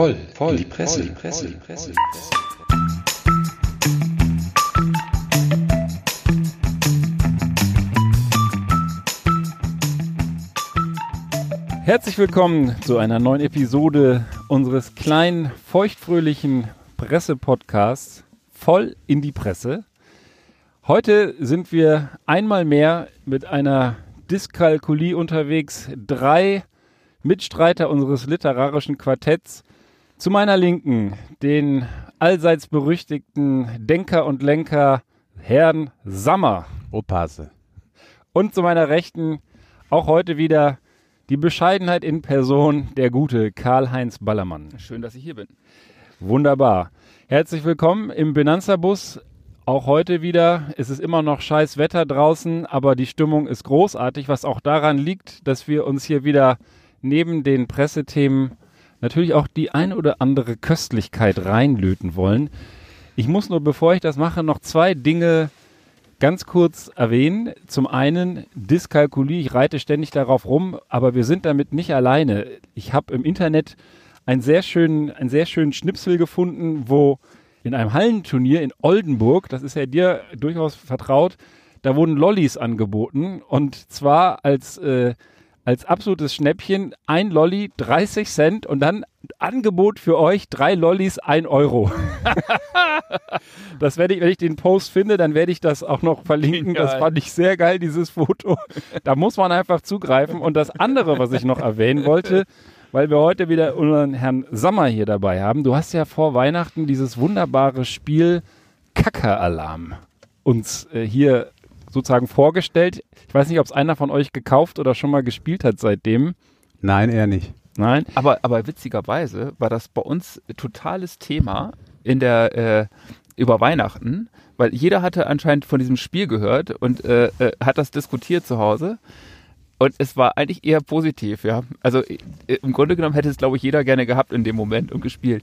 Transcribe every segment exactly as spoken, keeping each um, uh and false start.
voll, voll, in die Presse, voll, die Presse, die Presse, die Presse. Herzlich willkommen zu einer neuen Episode unseres kleinen, feuchtfröhlichen Presse-Podcasts voll in die Presse. Heute sind wir einmal mehr mit einer Dyskalkulie unterwegs. Drei Mitstreiter unseres literarischen Quartetts. Zu meiner Linken den allseits berüchtigten Denker und Lenker Herrn Sammer. Opase. Und zu meiner Rechten auch heute wieder die Bescheidenheit in Person, der gute Karl-Heinz Ballermann. Schön, dass ich hier bin. Wunderbar. Herzlich willkommen im Benanza-Bus. Auch heute wieder. Es ist immer noch scheiß Wetter draußen, aber die Stimmung ist großartig, was auch daran liegt, dass wir uns hier wieder neben den Pressethemen natürlich auch die ein oder andere Köstlichkeit reinlöten wollen. Ich muss nur, bevor ich das mache, noch zwei Dinge ganz kurz erwähnen. Zum einen Dyskalkulie, ich reite ständig darauf rum, aber wir sind damit nicht alleine. Ich habe im Internet einen sehr schönen, einen sehr schönen Schnipsel gefunden, wo in einem Hallenturnier in Oldenburg, das ist ja dir durchaus vertraut, da wurden Lollis angeboten und zwar als, äh, als absolutes Schnäppchen ein Lolli dreißig Cent und dann Angebot für euch, drei Lollis, ein Euro. Das werde ich, wenn ich den Post finde, dann werde ich das auch noch verlinken. Das fand ich sehr geil, dieses Foto. Da muss man einfach zugreifen. Und das andere, was ich noch erwähnen wollte, weil wir heute wieder unseren Herrn Sammer hier dabei haben. Du hast ja vor Weihnachten dieses wunderbare Spiel Kacker-Alarm uns äh, hier sozusagen vorgestellt. Ich weiß nicht, ob es einer von euch gekauft oder schon mal gespielt hat seitdem. Nein, eher nicht. Nein? Aber, aber witzigerweise war das bei uns totales Thema in der, äh, über Weihnachten, weil jeder hatte anscheinend von diesem Spiel gehört und äh, äh, hat das diskutiert zu Hause. Und es war eigentlich eher positiv, ja. Also äh, im Grunde genommen hätte es, glaube ich, jeder gerne gehabt in dem Moment und gespielt.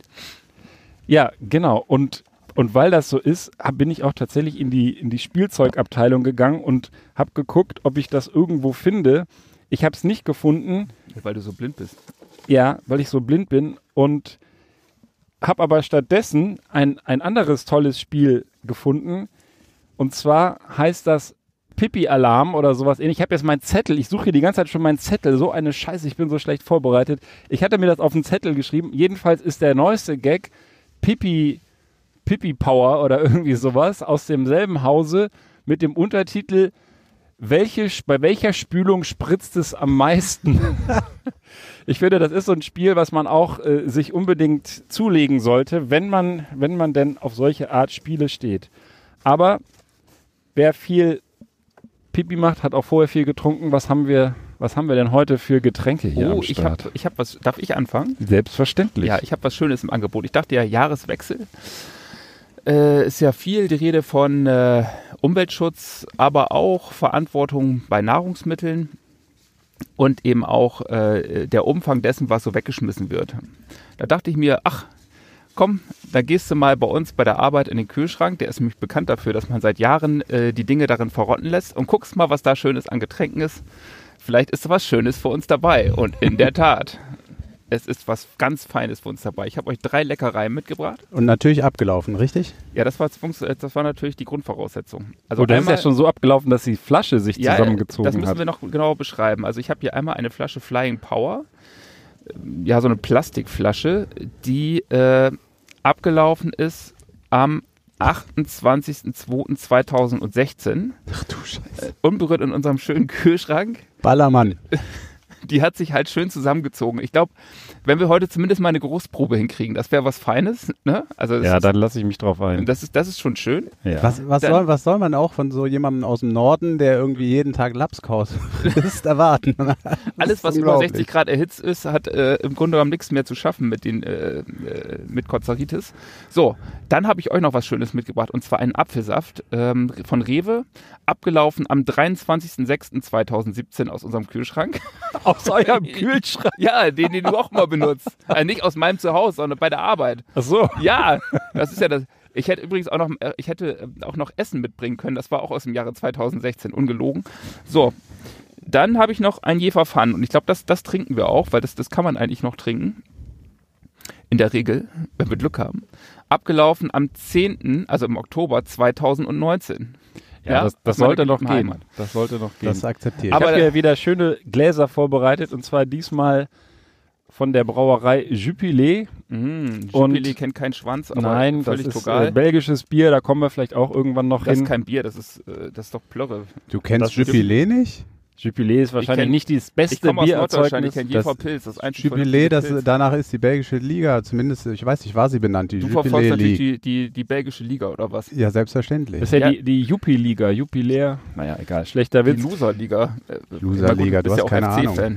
Ja, genau. Und, und weil das so ist, hab, bin ich auch tatsächlich in die, in die Spielzeugabteilung gegangen und habe geguckt, ob ich das irgendwo finde. Ich habe es nicht gefunden. Weil du so blind bist. Ja, weil ich so blind bin und habe aber stattdessen ein, ein anderes tolles Spiel gefunden. Und zwar heißt das Pipi-Alarm oder sowas ähnlich. Ich habe jetzt meinen Zettel, ich suche hier die ganze Zeit schon meinen Zettel. So eine Scheiße, ich bin so schlecht vorbereitet. Ich hatte mir das auf den Zettel geschrieben. Jedenfalls ist der neueste Gag Pipi, Pipi-Power oder irgendwie sowas aus demselben Hause mit dem Untertitel Welche, bei welcher Spülung spritzt es am meisten? Ich finde, das ist so ein Spiel, was man auch äh, sich unbedingt zulegen sollte, wenn man, wenn man denn auf solche Art Spiele steht. Aber wer viel Pipi macht, hat auch vorher viel getrunken. Was haben wir, was haben wir denn heute für Getränke hier oh, am Start? ich habe ich hab was, darf ich anfangen? Selbstverständlich. Ja, ich habe was Schönes im Angebot. Ich dachte ja, Jahreswechsel. Äh, ist ja viel die Rede von äh, Umweltschutz, aber auch Verantwortung bei Nahrungsmitteln und eben auch äh, der Umfang dessen, was so weggeschmissen wird. Da dachte ich mir, ach komm, da gehst du mal bei uns bei der Arbeit in den Kühlschrank, der ist nämlich bekannt dafür, dass man seit Jahren äh, die Dinge darin verrotten lässt und guckst mal, was da Schönes an Getränken ist. Vielleicht ist da was Schönes für uns dabei und in der Tat. Es ist was ganz Feines für uns dabei. Ich habe euch drei Leckereien mitgebracht. Und natürlich abgelaufen, richtig? Ja, das war, das war natürlich die Grundvoraussetzung. Also oh, das einmal, ist ja schon so abgelaufen, dass die Flasche sich ja, zusammengezogen hat. Das müssen hat. wir noch genauer beschreiben. Also ich habe hier einmal eine Flasche Flying Power. Ja, so eine Plastikflasche, die äh, abgelaufen ist am achtundzwanzigsten zweiten zweitausendsechzehn. Ach du Scheiße. Äh, unberührt in unserem schönen Kühlschrank. Ballermann. Die hat sich halt schön zusammengezogen. Ich glaube, wenn wir heute zumindest mal eine Großprobe hinkriegen, das wäre was Feines. Ne? Also ja, ist, dann lasse ich mich drauf ein. Das ist, das ist schon schön. Ja. Was, was, Dann, soll, was soll man auch von so jemandem aus dem Norden, der irgendwie jeden Tag Lapskaus frisst, erwarten? Alles, was über sechzig Grad erhitzt ist, hat äh, im Grunde genommen nichts mehr zu schaffen mit, den, äh, äh, mit Kotzeritis. So, dann habe ich euch noch was Schönes mitgebracht, und zwar einen Apfelsaft ähm, von Rewe, abgelaufen am dreiundzwanzigsten sechsten zweitausendsiebzehn aus unserem Kühlschrank. Aus eurem Kühlschrank? Ja, den, den du auch mal benutzt. Also nicht aus meinem Zuhause, sondern bei der Arbeit. Ach so. Ja, das ist ja das. Ich hätte übrigens auch noch, ich hätte auch noch Essen mitbringen können. Das war auch aus dem Jahre zweitausendsechzehn, ungelogen. So, dann habe ich noch ein Jefer Fun. Und ich glaube, das, das trinken wir auch, weil das, das kann man eigentlich noch trinken. in der Regel, wenn wir Glück haben, abgelaufen am zehnten, also im Oktober zweitausendneunzehn. Ja, Ja, das, das aus meiner sollte noch geliebten gehen. Heimat. Das sollte noch gehen. Das akzeptiere Ich ich. Aber habe der- ja wieder schöne Gläser vorbereitet und zwar diesmal von der Brauerei Jupiler. Mhm, Und- Jupiler kennt keinen Schwanz, aber Nein, das völlig ist total. äh, belgisches Bier, da kommen wir vielleicht auch irgendwann noch Das hin. ist kein Bier, das ist, äh, das ist doch Plörre. Du kennst das ist- Jupiler nicht? Jupiler ist wahrscheinlich kenn- nicht das Ich beste komme aus Norddeutschland, ich Biererzeugnis. kenne Das- Jever Pilz, das einzige Jupiler, das, Pilz. danach ist die belgische Liga, zumindest, ich weiß nicht, war sie benannt, die Du Jupiler verfolgst natürlich League. die, die, die belgische Liga, oder was? Ja, selbstverständlich. Das ist ja, Ja. die, die Jupi-Liga, Jupiler. Naja, egal, schlechter Die Witz. Loser-Liga. Äh, Loser-Liga, na gut, du bist hast ja auch keine F C-Fan.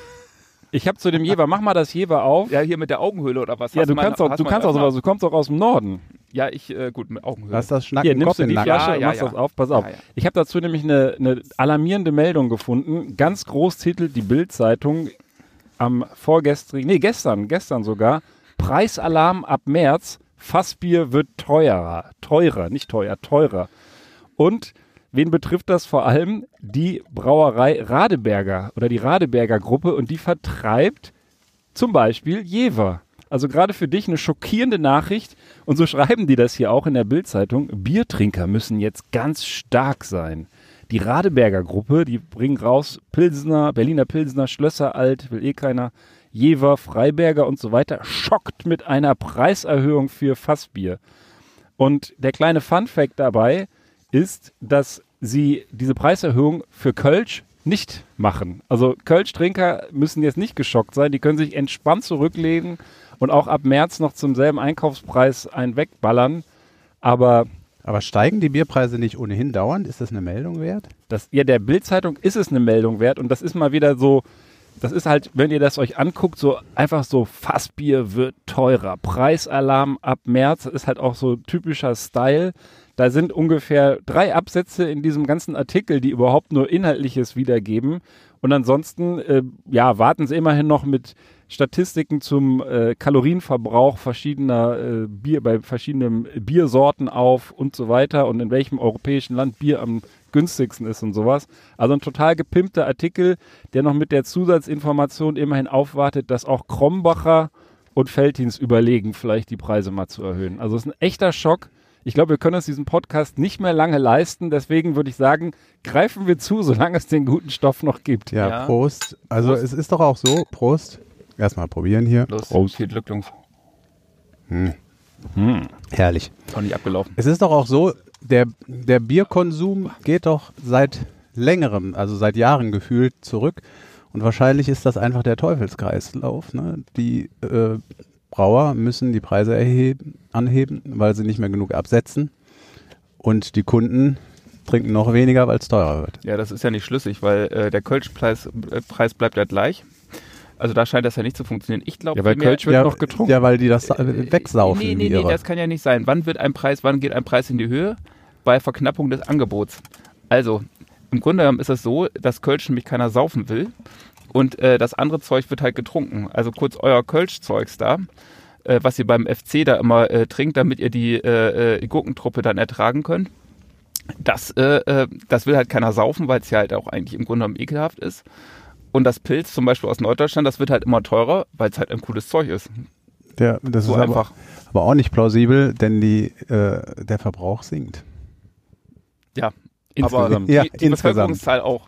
Ich habe zu dem Jever, mach mal das Jever auf. Ja, hier mit der Augenhöhle oder was? Ja, Hast du mal- kannst auch, hast du mal kannst auch öfter- sowas, du kommst auch aus dem Norden. Ja, ich, äh, gut, mit Augenhöhle. Lass das Schnacken Hier, Kopf nimmst du in die den Nacken. Flasche Ja, und ja, machst ja. das auf, pass auf. Ja, ja. Ich habe dazu nämlich eine, eine alarmierende Meldung gefunden, ganz groß titelt die Bild-Zeitung am vorgestrigen, nee, gestern, gestern sogar, Preisalarm ab März, Fassbier wird teurer, teurer, nicht teuer, teurer. Und wen betrifft das vor allem? Die Brauerei Radeberger oder die Radeberger Gruppe und die vertreibt zum Beispiel Jever. Also gerade für dich eine schockierende Nachricht und so schreiben die das hier auch in der Bild-Zeitung. Biertrinker müssen jetzt ganz stark sein. Die Radeberger Gruppe, die bringen raus Pilsner, Berliner Pilsner, Schlösser Alt, will eh keiner, Jever, Freiberger und so weiter, schockt mit einer Preiserhöhung für Fassbier. Und der kleine Funfact dabei ist, dass sie diese Preiserhöhung für Kölsch nicht machen. Also Kölsch-Trinker müssen jetzt nicht geschockt sein, die können sich entspannt zurücklehnen und auch ab März noch zum selben Einkaufspreis einen wegballern. Aber Aber steigen die Bierpreise nicht ohnehin dauernd? Ist das eine Meldung wert? das, ja, der Bild-Zeitung ist es eine Meldung wert und das ist mal wieder so, das ist halt, wenn ihr das euch anguckt, so einfach so, Fassbier wird teurer, Preisalarm ab März, das ist halt auch so typischer Style. Da sind ungefähr drei Absätze in diesem ganzen Artikel, die überhaupt nur Inhaltliches wiedergeben. Und ansonsten, äh, ja, warten sie immerhin noch mit Statistiken zum äh, Kalorienverbrauch verschiedener äh, Bier, bei verschiedenen Biersorten auf und so weiter und in welchem europäischen Land Bier am günstigsten ist und sowas. Also ein total gepimpter Artikel, der noch mit der Zusatzinformation immerhin aufwartet, dass auch Krombacher und Veltins überlegen, vielleicht die Preise mal zu erhöhen. Also es ist ein echter Schock. Ich glaube, wir können uns diesen Podcast nicht mehr lange leisten. Deswegen würde ich sagen, greifen wir zu, solange es den guten Stoff noch gibt. Ja, Ja. Prost. Also Prost. es ist doch auch so, Prost. Erstmal probieren hier. Los, Prost. viel Glück, Jungs. Herrlich. Ist noch nicht abgelaufen. Es ist doch auch so, der, der Bierkonsum geht doch seit längerem, also seit Jahren gefühlt zurück. Und wahrscheinlich ist das einfach der Teufelskreislauf. Ne? Die äh, Brauer müssen die Preise erheben, anheben, weil sie nicht mehr genug absetzen. Und die Kunden trinken noch weniger, weil es teurer wird. Ja, das ist ja nicht schlüssig, weil äh, der Kölschpreis äh, Preis bleibt ja gleich. Also da scheint das ja nicht zu funktionieren. Ich glaube, Ja, weil Kölsch wird ja, noch getrunken. Ja, weil die das äh, wegsaufen. Nee, nee, wie nee, irre. das kann ja nicht sein. Wann wird ein Preis, wann geht ein Preis in die Höhe? Bei Verknappung des Angebots. Also, im Grunde genommen ist es so, dass Kölsch nämlich keiner saufen will und äh, das andere Zeug wird halt getrunken. Also kurz euer Kölsch-Zeugs da, äh, was ihr beim F C da immer äh, trinkt, damit ihr die äh, äh, Gurkentruppe dann ertragen könnt. Das, äh, äh, das will halt keiner saufen, weil es ja halt auch eigentlich im Grunde genommen ekelhaft ist. Und das Pilz zum Beispiel aus Norddeutschland, das wird halt immer teurer, weil es halt ein cooles Zeug ist. Der, das So ist einfach. Aber, aber auch nicht plausibel, denn die, äh, der Verbrauch sinkt. Ja, Insgesamt. aber Ja, die, die insgesamt. Bevölkerungszahl auch.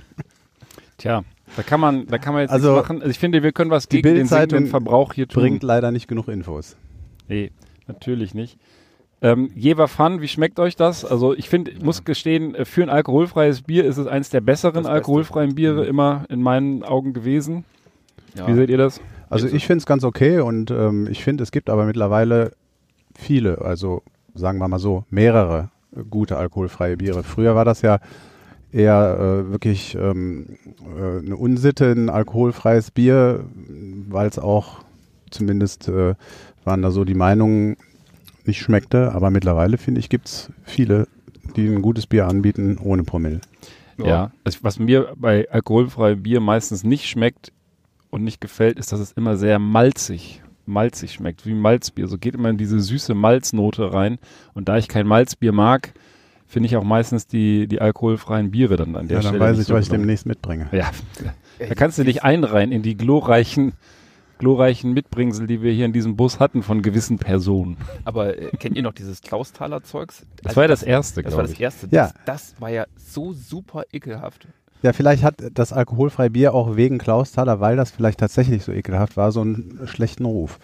Tja, da kann man, da kann man jetzt Also, nichts machen. Also ich finde, wir können was die gegen den Bild-Zeitung sinkenden Verbrauch hier tun. Bringt leider nicht genug Infos. Nee, natürlich nicht. Ähm, Jever Fun, wie schmeckt euch das? Also ich finde, muss gestehen, äh, für ein alkoholfreies Bier ist es eines der besseren Das Beste. alkoholfreien Biere Mhm. immer in meinen Augen gewesen. Ja. Wie seht ihr das? Also ich finde es ganz okay und ähm, ich finde, es gibt aber mittlerweile viele, also sagen wir mal so, mehrere äh, gute alkoholfreie Biere. Früher war das ja eher äh, wirklich ähm, äh, eine Unsitte, ein alkoholfreies Bier, weil es auch zumindest äh, waren da so die Meinungen, nicht schmeckte, aber mittlerweile finde ich, gibt es viele, die ein gutes Bier anbieten ohne Promille. Ja. Also was mir bei alkoholfreiem Bier meistens nicht schmeckt und nicht gefällt, ist, dass es immer sehr malzig, malzig schmeckt, wie Malzbier. So geht immer in diese süße Malznote rein. Und da ich kein Malzbier mag, finde ich auch meistens die, die alkoholfreien Biere dann an der Ja, dann Stelle. weiß nicht ich, so was ich gelungen. demnächst mitbringe. Ja, da kannst du dich einreihen in die glorreichen glorreichen Mitbringsel, die wir hier in diesem Bus hatten von gewissen Personen. Aber äh, kennt ihr noch dieses Klausthaler Zeugs? Das Also war ja das erste, Das war glaube das ich. erste. Ja. Das, das war ja so super ekelhaft. Ja, vielleicht hat das alkoholfreie Bier auch wegen Klausthaler, weil das vielleicht tatsächlich so ekelhaft war, so einen schlechten Ruf.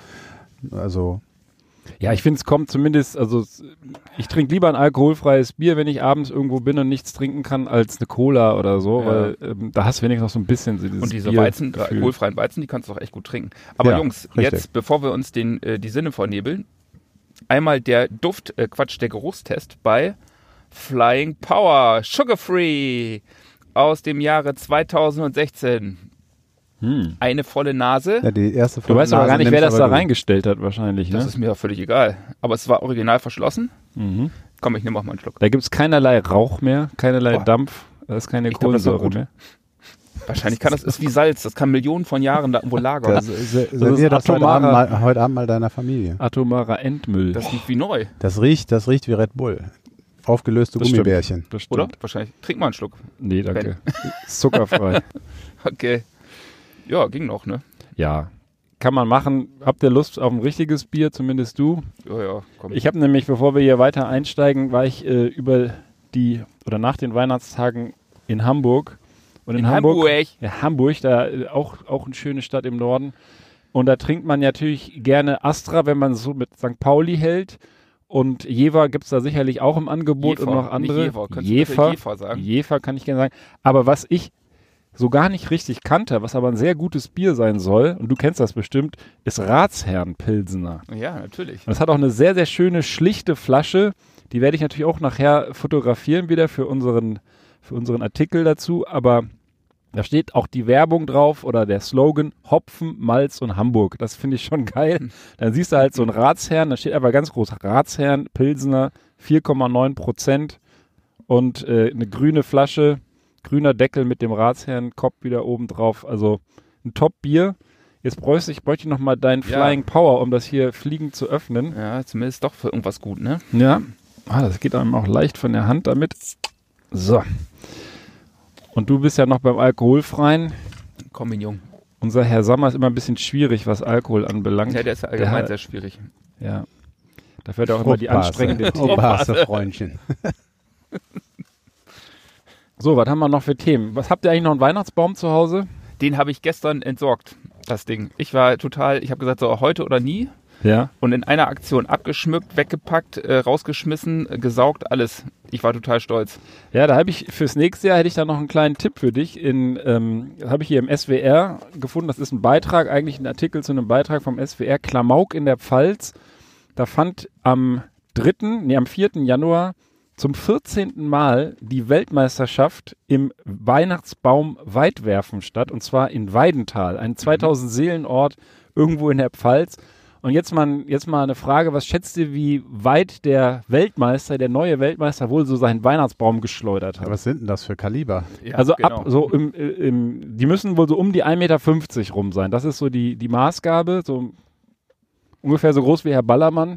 Also, Ja, ich finde, es kommt zumindest, also es- ich trinke lieber ein alkoholfreies Bier, wenn ich abends irgendwo bin und nichts trinken kann, als eine Cola oder so, Ja. weil ähm, da hast du wenigstens noch so ein bisschen so dieses Und diese Bier- Weizen, äh, Gefühl. alkoholfreien Weizen, die kannst du auch echt gut trinken. Aber Ja, Jungs, richtig. jetzt, bevor wir uns den, äh, die Sinne vernebeln, einmal der Duft, äh, Quatsch, der Geruchstest bei Flying Power Sugar Free aus dem Jahre zweitausendsechzehn. Hm. Eine volle Nase. ja, die erste Du weißt aber Nase gar nicht, wer nimmst das da aber du. reingestellt hat wahrscheinlich, Das ne? ist mir ja völlig egal. Aber es war original verschlossen. Mhm. Komm, ich nehme auch mal einen Schluck. Da gibt es keinerlei Rauch mehr, keinerlei Boah. Dampf, da ist keine Ich glaub, das ist auch Kohlensäure gut. mehr. Wahrscheinlich kann das, ist wie Salz, das kann Millionen von Jahren da irgendwo lagern. Das, Das, se- ist servier das heute atomarer- Abend, mal, heute Abend mal deiner Familie. Atomarer Endmüll. das riecht wie neu, Das riecht, das riecht wie Red Bull. Aufgelöste Das stimmt. Gummibärchen. Das stimmt. oder? Wahrscheinlich. Trink mal einen Schluck. Nee, danke. Ist zuckerfrei. Okay. Ja, ging noch, ne? Ja, kann man machen. Habt ihr Lust auf ein richtiges Bier, zumindest du? Ja, ja, komm. Ich habe nämlich, bevor wir hier weiter einsteigen, war ich äh, über die oder nach den Weihnachtstagen in Hamburg. Und in, In Hamburg, Hamburg. Ja, Hamburg, da äh, auch, auch eine schöne Stadt im Norden. Und da trinkt man natürlich gerne Astra, wenn man es so mit Sankt Pauli hält. Und Jever gibt es da sicherlich auch im Angebot Jever, und noch andere. nicht Jever. Könntest du bitte Jever, Jever sagen? Jever kann ich gerne sagen. Aber was ich so gar nicht richtig kannte, was aber ein sehr gutes Bier sein soll, und du kennst das bestimmt, ist Ratsherrn-Pilsener. Ja, natürlich. Und es hat auch eine sehr, sehr schöne, schlichte Flasche. Die werde ich natürlich auch nachher fotografieren wieder für unseren, für unseren Artikel dazu. Aber da steht auch die Werbung drauf oder der Slogan Hopfen, Malz und Hamburg. Das finde ich schon geil. Dann siehst du halt so einen Ratsherrn, da steht aber ganz groß Ratsherrn, Pilsener, vier Komma neun Prozent und äh, eine grüne Flasche, grüner Deckel mit dem Ratsherrn-Kopf wieder oben drauf. Also ein Top-Bier. Jetzt bräuchte ich, bräuchte ich nochmal deinen Ja. Flying Power, um das hier fliegend zu öffnen. Ja, zumindest doch für irgendwas gut, ne? Ja, ah, das geht einem auch leicht von der Hand damit. So. Und du bist ja noch beim Alkoholfreien. Komm, mein Jung. Unser Herr Sommer ist immer ein bisschen schwierig, was Alkohol anbelangt. Ja, der ist ja allgemein Der- sehr schwierig. Ja. Da fährt auch immer die anstrengende Themen. Oberhasse, Freundchen. So, was haben wir noch für Themen? Was habt ihr eigentlich noch einen Weihnachtsbaum zu Hause? Den habe ich gestern entsorgt, das Ding. Ich war total, ich habe gesagt, so heute oder nie. Ja. Und in einer Aktion abgeschmückt, weggepackt, äh, rausgeschmissen, äh, gesaugt, alles. Ich war total stolz. Ja, da habe ich fürs nächste Jahr hätte ich da noch einen kleinen Tipp für dich. In, ähm, das habe ich hier im S W R gefunden. Das ist ein Beitrag, eigentlich ein Artikel zu einem Beitrag vom S W R Klamauk in der Pfalz. Da fand am dritten, nee, am vierten Januar zum vierzehnten Mal die Weltmeisterschaft im Weihnachtsbaum Weitwerfen statt. Und zwar in Weidenthal, ein zweitausend Seelen Ort irgendwo in der Pfalz. Und jetzt mal, jetzt mal eine Frage, was schätzt ihr, wie weit der Weltmeister, der neue Weltmeister wohl so seinen Weihnachtsbaum geschleudert hat? Ja, was sind denn das für Kaliber? Ja, also genau. ab, so im, äh, im, die müssen wohl so um die ein Meter fünfzig rum sein. Das ist so die, die Maßgabe, so ungefähr so groß wie Herr Ballermann.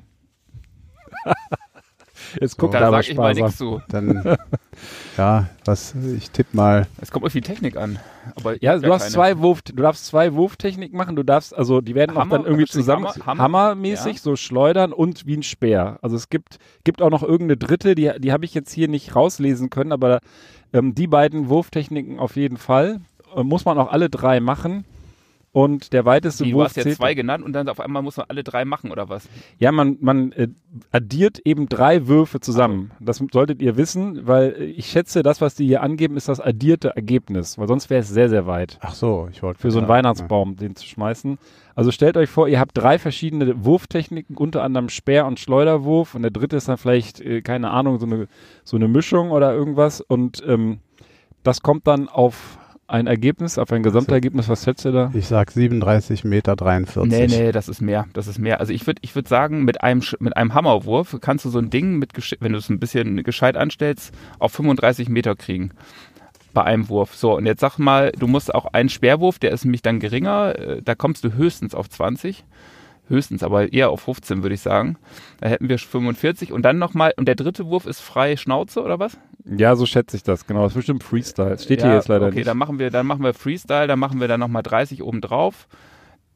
Jetzt guckt Da er aber sag ich mal sparsam. nichts zu. Dann, ja, was, ich tippe mal. Es kommt auf die Technik an. Aber Ja, ich hab du darfst keine. zwei Wurf, du darfst zwei Wurftechniken machen. Du darfst, also die werden auch Hammer, dann irgendwie verstehe ich, zusammen Hammer, Hammer, hammermäßig ja. so schleudern und wie ein Speer. Also es gibt, gibt auch noch irgendeine dritte, die, die habe ich jetzt hier nicht rauslesen können, aber ähm, die beiden Wurftechniken auf jeden Fall. Äh, muss man auch alle drei machen. Und der weiteste Die, du Wurf hast jetzt zählt. zwei genannt und dann auf einmal muss man alle drei machen, oder was? Ja, man, man äh, addiert eben drei Würfe zusammen. Das solltet ihr wissen, weil äh, ich schätze, das, was die hier angeben, ist das addierte Ergebnis. Weil sonst wäre es sehr, sehr weit, Ach so, ich wollte. für so einen ja, Weihnachtsbaum den zu schmeißen. Also stellt euch vor, ihr habt drei verschiedene Wurftechniken, unter anderem Speer- und Schleuderwurf. Und der dritte ist dann vielleicht, äh, keine Ahnung, so eine, so eine Mischung oder irgendwas. Und ähm, das kommt dann auf ein Ergebnis, auf ein Gesamtergebnis. Was schätzt ihr da? Ich sag siebenunddreißig Meter dreiundvierzig. Nee, nee, das ist mehr. Das ist mehr. Also ich würde ich würd sagen, mit einem, Sch- mit einem Hammerwurf kannst du so ein Ding, mit, gesch- wenn du es ein bisschen gescheit anstellst, auf fünfunddreißig Meter kriegen. Bei einem Wurf. So, und jetzt sag mal, du musst auch einen Speerwurf, der ist nämlich dann geringer, äh, da kommst du höchstens auf zwanzig. Höchstens, aber eher auf fünfzehn, würde ich sagen. Da hätten wir fünfundvierzig. Und dann nochmal, und der dritte Wurf ist freie Schnauze, oder was? Ja, so schätze ich das, genau. Das ist bestimmt Freestyle. Steht Ja, hier jetzt leider okay, nicht. dann machen wir, dann machen wir Freestyle, dann machen wir dann nochmal dreißig oben drauf.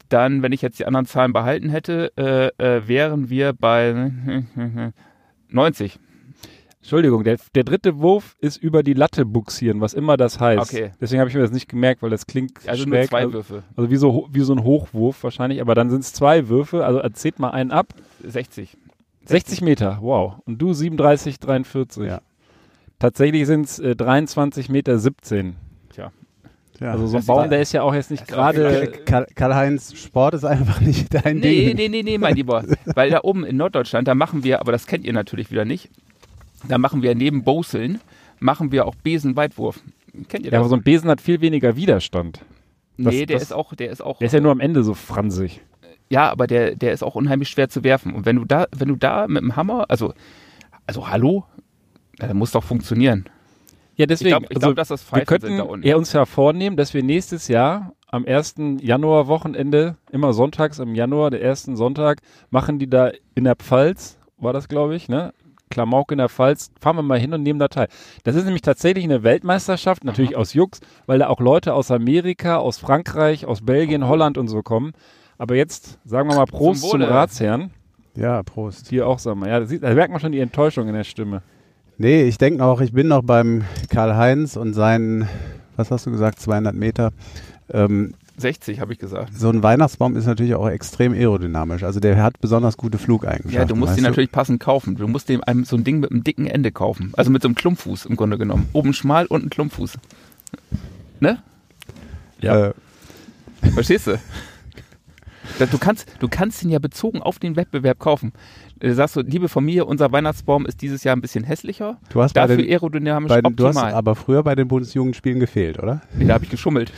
dann, wenn ich jetzt die anderen Zahlen behalten hätte, äh, äh, wären wir bei neunzig. Entschuldigung, der, der dritte Wurf ist über die Latte buxieren, was immer das heißt. Okay. Deswegen habe ich mir das nicht gemerkt, weil das klingt Also schräg. nur zwei also, Würfe. Also wie so, wie so ein Hochwurf wahrscheinlich, aber dann sind es zwei Würfe, also erzählt mal einen ab. sechzig. sechzig Meter, wow. Und du siebenunddreißig, dreiundvierzig. Ja. Tatsächlich sind es äh, dreiundzwanzig Meter siebzehn. Tja. Ja. Also so ein Das Baum, ist- der ist ja auch jetzt nicht das ist auch gerade... Karl- Karl-Heinz, Sport ist einfach nicht dein Nee, Ding. nee, nee, nee, mein Lieber. Weil da oben in Norddeutschland, da machen wir, aber das kennt ihr natürlich wieder nicht, da machen wir neben Boseln, machen wir auch Besenweitwurf. Kennt ihr Ja, das? aber so ein Besen hat viel weniger Widerstand. das- nee, der das- ist auch, der ist auch, Der ist ja nur am Ende so fransig. ja, aber der, der ist auch unheimlich schwer zu werfen. Und wenn du da, wenn du da mit dem Hammer, also, also hallo, ja, das muss doch funktionieren. Ja, Ich deswegen, glaube, ich also glaub, dass das wir Pfeifen sind da könnten unten. ja uns ja vornehmen, dass wir nächstes Jahr am ersten Januarwochenende, immer sonntags im Januar, der ersten Sonntag, machen die da in der Pfalz, war das glaube ich, ne? Klamauk in der Pfalz, fahren wir mal hin und nehmen da teil. Das ist nämlich tatsächlich eine Weltmeisterschaft, natürlich aus Jux, weil da auch Leute aus Amerika, aus Frankreich, aus Belgien, Holland und so kommen. Aber jetzt sagen wir mal Prost Zum zum, Wohle. Ratsherrn. Ja, Prost. Hier auch, sagen wir. Ja, da, sieht, da merkt man schon die Enttäuschung in der Stimme. Nee, ich denke noch, ich bin noch beim Karl-Heinz und seinen, was hast du gesagt, zweihundert Meter. Ähm, sechzig, habe ich gesagt. so ein Weihnachtsbaum ist natürlich auch extrem aerodynamisch. Also der hat besonders gute Flugeigenschaften. Ja, du musst weißt den natürlich passend kaufen. Du musst dem einem so ein Ding mit einem dicken Ende kaufen. Also mit so einem Klumpfuß im Grunde genommen. Oben schmal, unten Klumpfuß. Ne? Ja. Äh, Verstehst du? Da- Du kannst, du kannst ihn ja bezogen auf den Wettbewerb kaufen. Du sagst so, liebe Familie, unser Weihnachtsbaum ist dieses Jahr ein bisschen hässlicher. du hast, bei Dafür den, aerodynamisch bei den, du hast optimal. aber früher bei den Bundesjugendspielen gefehlt, oder? Nee, da habe ich geschummelt.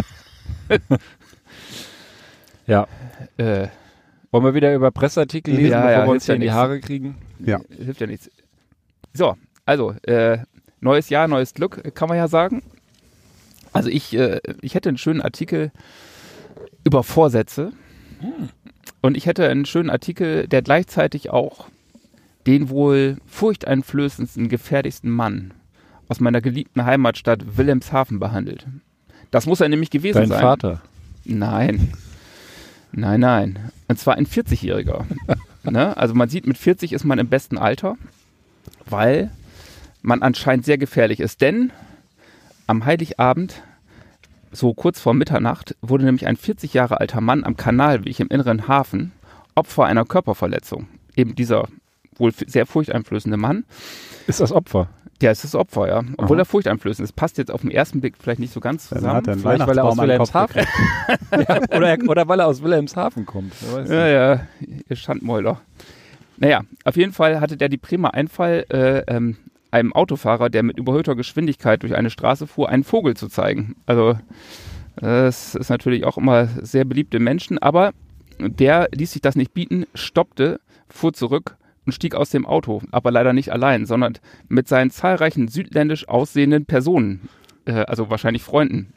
Ja. äh, Wollen wir wieder über Pressartikel lesen, Ja, bevor ja, wir uns hilft ja hier in die nichts. Haare kriegen? Ja. Hilft ja nichts. So, also, äh, neues Jahr, neues Glück, kann man ja sagen. Also ich, äh, ich hätte einen schönen Artikel über Vorsätze. Und ich hätte einen schönen Artikel, der gleichzeitig auch den wohl furchteinflößendsten, gefährlichsten Mann aus meiner geliebten Heimatstadt Wilhelmshaven behandelt. Das muss er nämlich gewesen Dein sein. Vater. Nein. Nein, nein. Und zwar ein vierzigjähriger. Ne? Also man sieht, mit vierzig ist man im besten Alter, weil man anscheinend sehr gefährlich ist. Denn am Heiligabend, so kurz vor Mitternacht, wurde nämlich ein vierzig Jahre alter Mann am Kanalweg im inneren Hafen Opfer einer Körperverletzung. Eben dieser wohl f- sehr furchteinflößende Mann. Ist das Opfer? Der ist das Opfer, ja. Obwohl Aha. er furchteinflößend ist. Passt jetzt auf den ersten Blick vielleicht nicht so ganz Dann zusammen. hat er einen Vielleicht, weil er aus Weihnachtsbaum an den Kopf Wilhelmshaven ja, oder, er, oder weil er aus Wilhelmshaven kommt. Wer weiß Ja, nicht. ja, ihr Schandmäuler. Naja, auf jeden Fall hatte der die prima Einfall, äh, ähm, einem Autofahrer, der mit überhöhter Geschwindigkeit durch eine Straße fuhr, einen Vogel zu zeigen. Also, das ist natürlich auch immer sehr beliebte Menschen, aber der ließ sich das nicht bieten, stoppte, fuhr zurück und stieg aus dem Auto, aber leider nicht allein, sondern mit seinen zahlreichen südländisch aussehenden Personen, äh, also wahrscheinlich Freunden.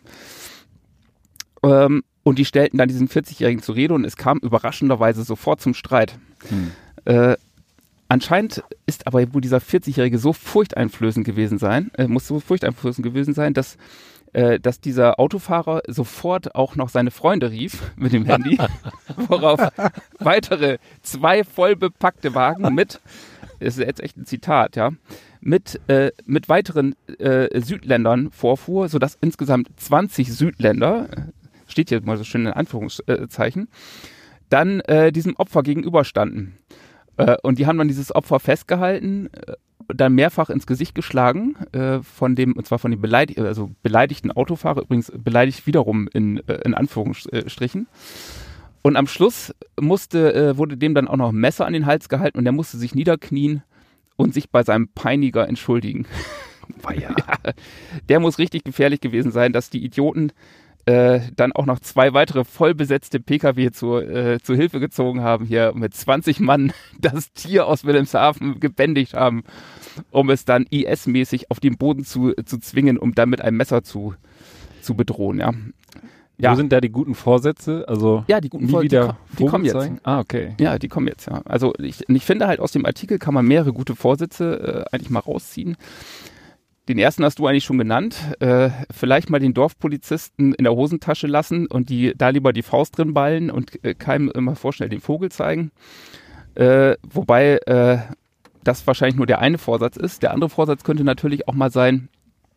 Ähm, und die stellten dann diesen vierzigjährigen zur Rede und es kam überraschenderweise sofort zum Streit. Hm. Äh, anscheinend ist aber wohl dieser vierzigjährige so furchteinflößend gewesen sein, äh, muss so furchteinflößend gewesen sein, dass, äh, dass dieser Autofahrer sofort auch noch seine Freunde rief mit dem Handy, worauf weitere zwei voll bepackte Wagen mit, das ist jetzt echt ein Zitat, ja, mit, äh, mit weiteren äh, Südländern vorfuhr, sodass insgesamt zwanzig Südländer, steht hier mal so schön in Anführungszeichen, dann äh, diesem Opfer gegenüberstanden. Äh, und die haben dann dieses Opfer festgehalten, äh, dann mehrfach ins Gesicht geschlagen, äh, von dem, und zwar von dem Beleidig also beleidigten Autofahrer, übrigens beleidigt wiederum in, äh, in Anführungsstrichen. Und am Schluss musste, äh, wurde dem dann auch noch ein Messer an den Hals gehalten und der musste sich niederknien und sich bei seinem Peiniger entschuldigen. Ja, der muss richtig gefährlich gewesen sein, dass die Idioten äh, dann auch noch zwei weitere vollbesetzte Pkw zur, äh, zur Hilfe gezogen haben, hier mit zwanzig Mann das Tier aus Wilhelmshaven gebändigt haben, um es dann I S-mäßig auf den Boden zu, zu zwingen, um dann mit einem Messer zu, zu bedrohen, ja. Ja. Wo sind da die guten Vorsätze? Also Ja, die guten nie Vor- die wieder ko- die kommen Vogel jetzt. zeigen? Ah, okay. Ja, die kommen jetzt, ja. Also ich, ich finde halt, aus dem Artikel kann man mehrere gute Vorsätze äh, eigentlich mal rausziehen. Den ersten hast du eigentlich schon genannt. Äh, vielleicht mal den Dorfpolizisten in der Hosentasche lassen und die da lieber die Faust drin ballen und äh, keinem immer vorschnell den Vogel zeigen. Äh, wobei äh, das wahrscheinlich nur der eine Vorsatz ist. Der andere Vorsatz könnte natürlich auch mal sein,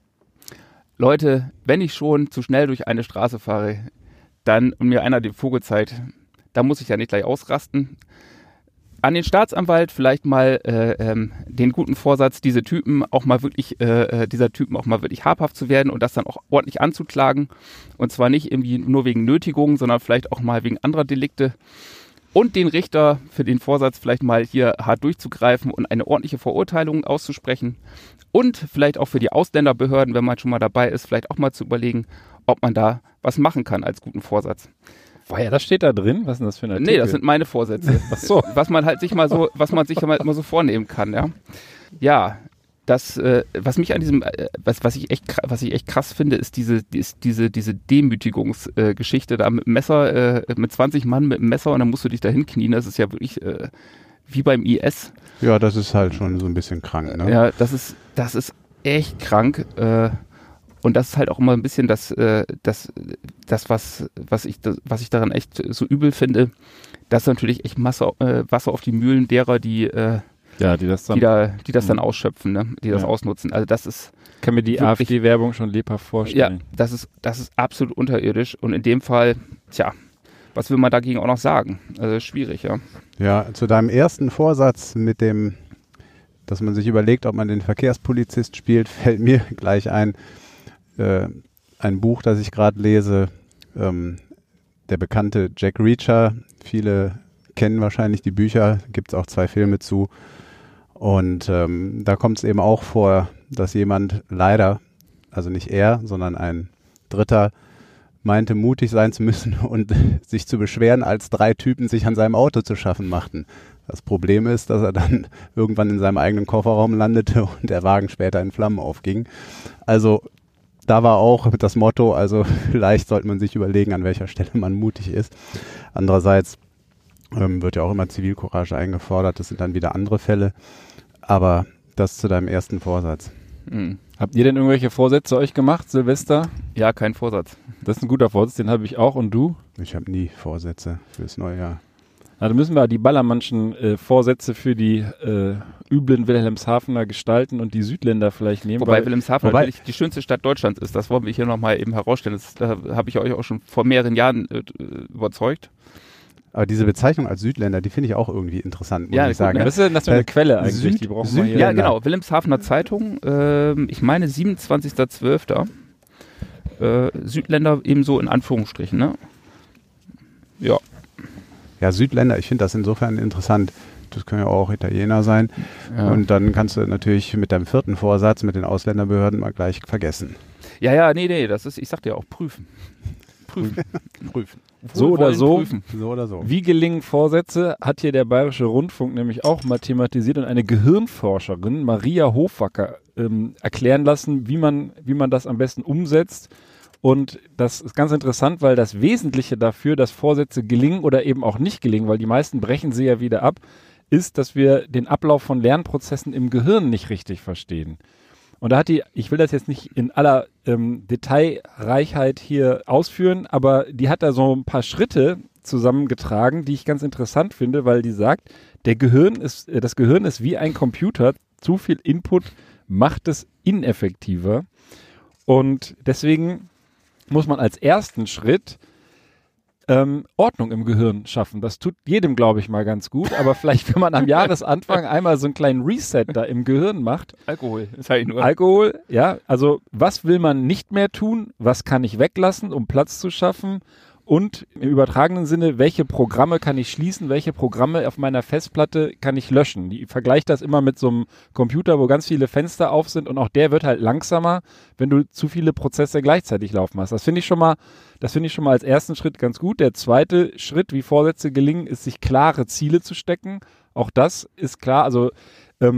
Leute, wenn ich schon zu schnell durch eine Straße fahre, dann und mir einer den Vogel zeigt, da muss ich ja nicht gleich ausrasten. An den Staatsanwalt vielleicht mal äh, ähm, den guten Vorsatz, diese Typen auch mal wirklich, äh, dieser Typen auch mal wirklich habhaft zu werden und das dann auch ordentlich anzuklagen. Und zwar nicht irgendwie nur wegen Nötigung, sondern vielleicht auch mal wegen anderer Delikte. Und den Richter für den Vorsatz vielleicht mal hier hart durchzugreifen und eine ordentliche Verurteilung auszusprechen. Und vielleicht auch für die Ausländerbehörden, wenn man schon mal dabei ist, vielleicht auch mal zu überlegen, ob man da was machen kann als guten Vorsatz. War ja, das steht da drin? Was ist denn das für ein Artikel? Nee, das sind meine Vorsätze. Ach so. Was man halt sich mal so, was man sich mal immer so vornehmen kann, ja. Ja, das, äh, was mich an diesem, äh, was, was ich echt, was ich echt krass finde, ist diese, ist diese, diese Demütigungsgeschichte äh, da mit dem Messer, äh, mit zwanzig Mann mit dem Messer und dann musst du dich da hinknien. Das ist ja wirklich äh, wie beim I S. Ja, das ist halt schon so ein bisschen krank, ne? Ja, das ist, das ist echt krank. Äh, Und das ist halt auch immer ein bisschen das, äh, das, das was, was, ich, das, was ich daran echt so übel finde, dass natürlich echt Masse, äh, Wasser auf die Mühlen derer, die, äh, ja, die das dann, die da, die das dann ausschöpfen, ne? Die das ja. ausnutzen. Also das ist. Kann mir die AfD-Werbung schon lebhaft vorstellen. Ja, das ist, das ist absolut unterirdisch. Und in dem Fall, tja, was will man dagegen auch noch sagen? Also schwierig, ja. Ja, zu deinem ersten Vorsatz mit dem, dass man sich überlegt, ob man den Verkehrspolizist spielt, fällt mir gleich ein, Äh, ein Buch, das ich gerade lese, ähm, der bekannte Jack Reacher. Viele kennen wahrscheinlich die Bücher, gibt es auch zwei Filme zu. Und ähm, da kommt es eben auch vor, dass jemand leider, also nicht er, sondern ein Dritter, meinte, mutig sein zu müssen und sich zu beschweren, als drei Typen sich an seinem Auto zu schaffen machten. Das Problem ist, dass er dann irgendwann in seinem eigenen Kofferraum landete und der Wagen später in Flammen aufging. Also da war auch das Motto, also vielleicht sollte man sich überlegen, an welcher Stelle man mutig ist. Andererseits ähm, wird ja auch immer Zivilcourage eingefordert, das sind dann wieder andere Fälle. Aber das zu deinem ersten Vorsatz. Mhm. Habt ihr denn irgendwelche Vorsätze euch gemacht, Silvester? Ja, kein Vorsatz. Das ist ein guter Vorsatz, den habe ich auch. Und du? Ich habe nie Vorsätze fürs neue Jahr. Na, dann müssen wir die Ballermannschen äh, Vorsätze für die äh, üblen Wilhelmshavener gestalten und die Südländer vielleicht nehmen. Wobei weil, Wilhelmshaven wobei, natürlich die schönste Stadt Deutschlands ist. Das wollen wir hier nochmal eben herausstellen. Das, da habe ich euch auch schon vor mehreren Jahren äh, überzeugt. Aber diese Bezeichnung als Südländer, die finde ich auch irgendwie interessant, muss Ja, ich gut, sagen. ne? Was ist denn das für eine Äh, Quelle eigentlich? Süd- die brauchen Süd- wir hier. Ja, Länder. genau. Wilhelmshavener Zeitung, ähm, ich meine siebenundzwanzigster zwölfter Äh, Südländer ebenso in Anführungsstrichen, ne? Ja. Ja, Südländer, ich finde das insofern interessant. Das können ja auch Italiener sein. Ja. Und dann kannst du natürlich mit deinem vierten Vorsatz mit den Ausländerbehörden mal gleich vergessen. Ja, ja, nee, nee, das ist, ich sagte ja auch prüfen. Prüfen. Prüfen. So oder Wohlwollend so. Prüfen. So oder so. Wie gelingen Vorsätze, hat hier der Bayerische Rundfunk nämlich auch mal thematisiert und eine Gehirnforscherin, Maria Hofwacker, ähm, erklären lassen, wie man, wie man das am besten umsetzt. Und das ist ganz interessant, weil das Wesentliche dafür, dass Vorsätze gelingen oder eben auch nicht gelingen, weil die meisten brechen sie ja wieder ab, ist, dass wir den Ablauf von Lernprozessen im Gehirn nicht richtig verstehen. Und da hat die, ich will das jetzt nicht in aller ähm, Detailreichheit hier ausführen, aber die hat da so ein paar Schritte zusammengetragen, die ich ganz interessant finde, weil die sagt, der Gehirn ist, äh, das Gehirn ist wie ein Computer, zu viel Input macht es ineffektiver. Und deswegen muss man als ersten Schritt ähm, Ordnung im Gehirn schaffen. Das tut jedem, glaube ich, mal ganz gut. Aber vielleicht, wenn man am Jahresanfang einmal so einen kleinen Reset da im Gehirn macht. Alkohol, das sage ich nur. Alkohol, ja. Also was will man nicht mehr tun? Was kann ich weglassen, um Platz zu schaffen? Und im übertragenen Sinne, welche Programme kann ich schließen? Welche Programme auf meiner Festplatte kann ich löschen? Die vergleicht das immer mit so einem Computer, wo ganz viele Fenster auf sind und auch der wird halt langsamer, wenn du zu viele Prozesse gleichzeitig laufen hast. Das finde ich schon mal, das finde ich schon mal als ersten Schritt ganz gut. Der zweite Schritt, wie Vorsätze gelingen, ist, sich klare Ziele zu stecken. Auch das ist klar. Also ähm,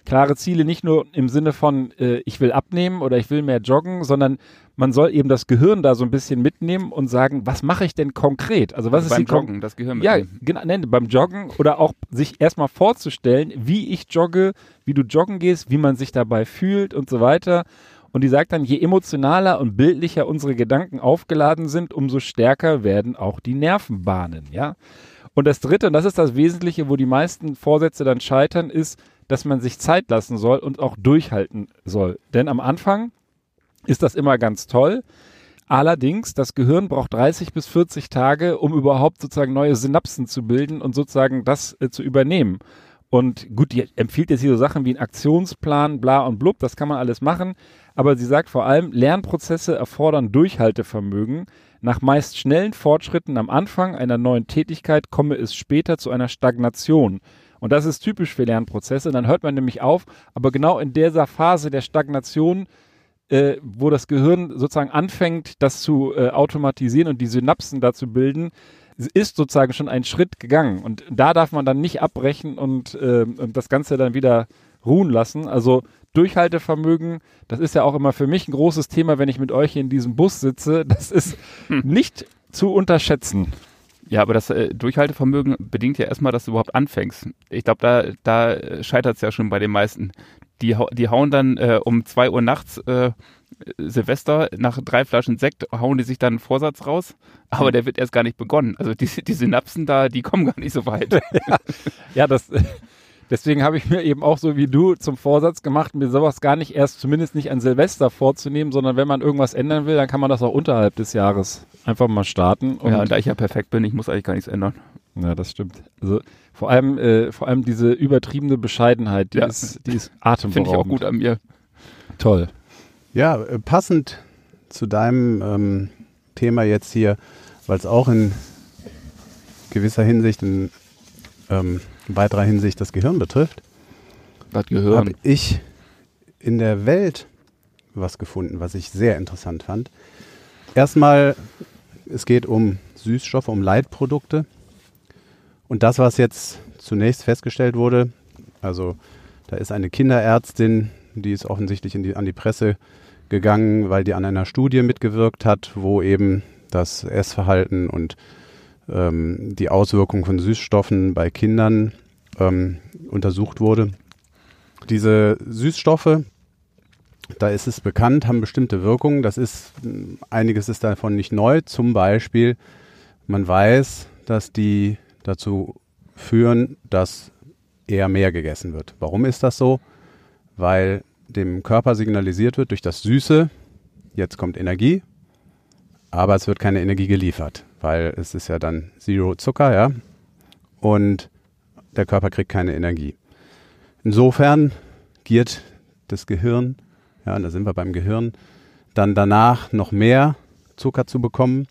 klare Ziele nicht nur im Sinne von, äh, ich will abnehmen oder ich will mehr joggen, sondern man soll eben das Gehirn da so ein bisschen mitnehmen und sagen, was mache ich denn konkret? Also was also ist beim die Kon- Joggen, das Gehirn Ja, mitnehmen. genau, ne, beim Joggen oder auch sich erstmal vorzustellen, wie ich jogge, wie du joggen gehst, wie man sich dabei fühlt und so weiter. Und die sagt dann, je emotionaler und bildlicher unsere Gedanken aufgeladen sind, umso stärker werden auch die Nervenbahnen, ja. Und das Dritte, und das ist das Wesentliche, wo die meisten Vorsätze dann scheitern, ist, dass man sich Zeit lassen soll und auch durchhalten soll. Denn am Anfang ist das immer ganz toll. Allerdings, das Gehirn braucht dreißig bis vierzig Tage, um überhaupt sozusagen neue Synapsen zu bilden und sozusagen das äh, zu übernehmen. Und gut, die empfiehlt jetzt hier so Sachen wie einen Aktionsplan, bla und blub, das kann man alles machen. Aber sie sagt vor allem, Lernprozesse erfordern Durchhaltevermögen. Nach meist schnellen Fortschritten am Anfang einer neuen Tätigkeit komme es später zu einer Stagnation. Und das ist typisch für Lernprozesse. Dann hört man nämlich auf, aber genau in dieser Phase der Stagnation, äh, wo das Gehirn sozusagen anfängt, das zu äh, automatisieren und die Synapsen dazu bilden, ist sozusagen schon ein Schritt gegangen. Und da darf man dann nicht abbrechen und, äh, und das Ganze dann wieder ruhen lassen. Also Durchhaltevermögen, das ist ja auch immer für mich ein großes Thema, wenn ich mit euch in diesem Bus sitze. Das ist hm. nicht zu unterschätzen. Ja, aber das äh, Durchhaltevermögen bedingt ja erstmal, dass du überhaupt anfängst. Ich glaube, da, da scheitert es ja schon bei den meisten. Die, die hauen dann äh, um zwei Uhr nachts äh, Silvester nach drei Flaschen Sekt, hauen die sich dann einen Vorsatz raus, aber der wird erst gar nicht begonnen. Also die, die Synapsen da, die kommen gar nicht so weit. ja, ja, das... Deswegen habe ich mir eben auch so wie du zum Vorsatz gemacht, mir sowas gar nicht erst, zumindest nicht an Silvester vorzunehmen, sondern wenn man irgendwas ändern will, dann kann man das auch unterhalb des Jahres einfach mal starten. Und ja, und da ich ja perfekt bin, ich muss eigentlich gar nichts ändern. Ja, das stimmt. Also vor allem, äh, vor allem diese übertriebene Bescheidenheit, die, ja. ist, die ist atemberaubend. Finde ich auch gut an mir. Toll. Ja, äh, passend zu deinem ähm, Thema jetzt hier, weil es auch in gewisser Hinsicht in ähm, in weiterer Hinsicht das Gehirn betrifft, das Gehirn. habe ich in der Welt was gefunden, was ich sehr interessant fand. Erstmal, es geht um Süßstoffe, um Leitprodukte. Und das, was jetzt zunächst festgestellt wurde, also da ist eine Kinderärztin, die ist offensichtlich in die, an die Presse gegangen, weil die an einer Studie mitgewirkt hat, wo eben das Essverhalten und ähm, die Auswirkungen von Süßstoffen bei Kindern ähm, untersucht wurde. Diese Süßstoffe, da ist es bekannt, haben bestimmte Wirkungen. Das ist, einiges ist davon nicht neu. Zum Beispiel, man weiß, dass die dazu führen, dass eher mehr gegessen wird. Warum ist das so? Weil dem Körper signalisiert wird durch das Süße, jetzt kommt Energie, aber es wird keine Energie geliefert, weil es ist ja dann Zero Zucker, ja, und der Körper kriegt keine Energie. Insofern giert das Gehirn, ja, und da sind wir beim Gehirn, dann danach noch mehr Zucker zu bekommen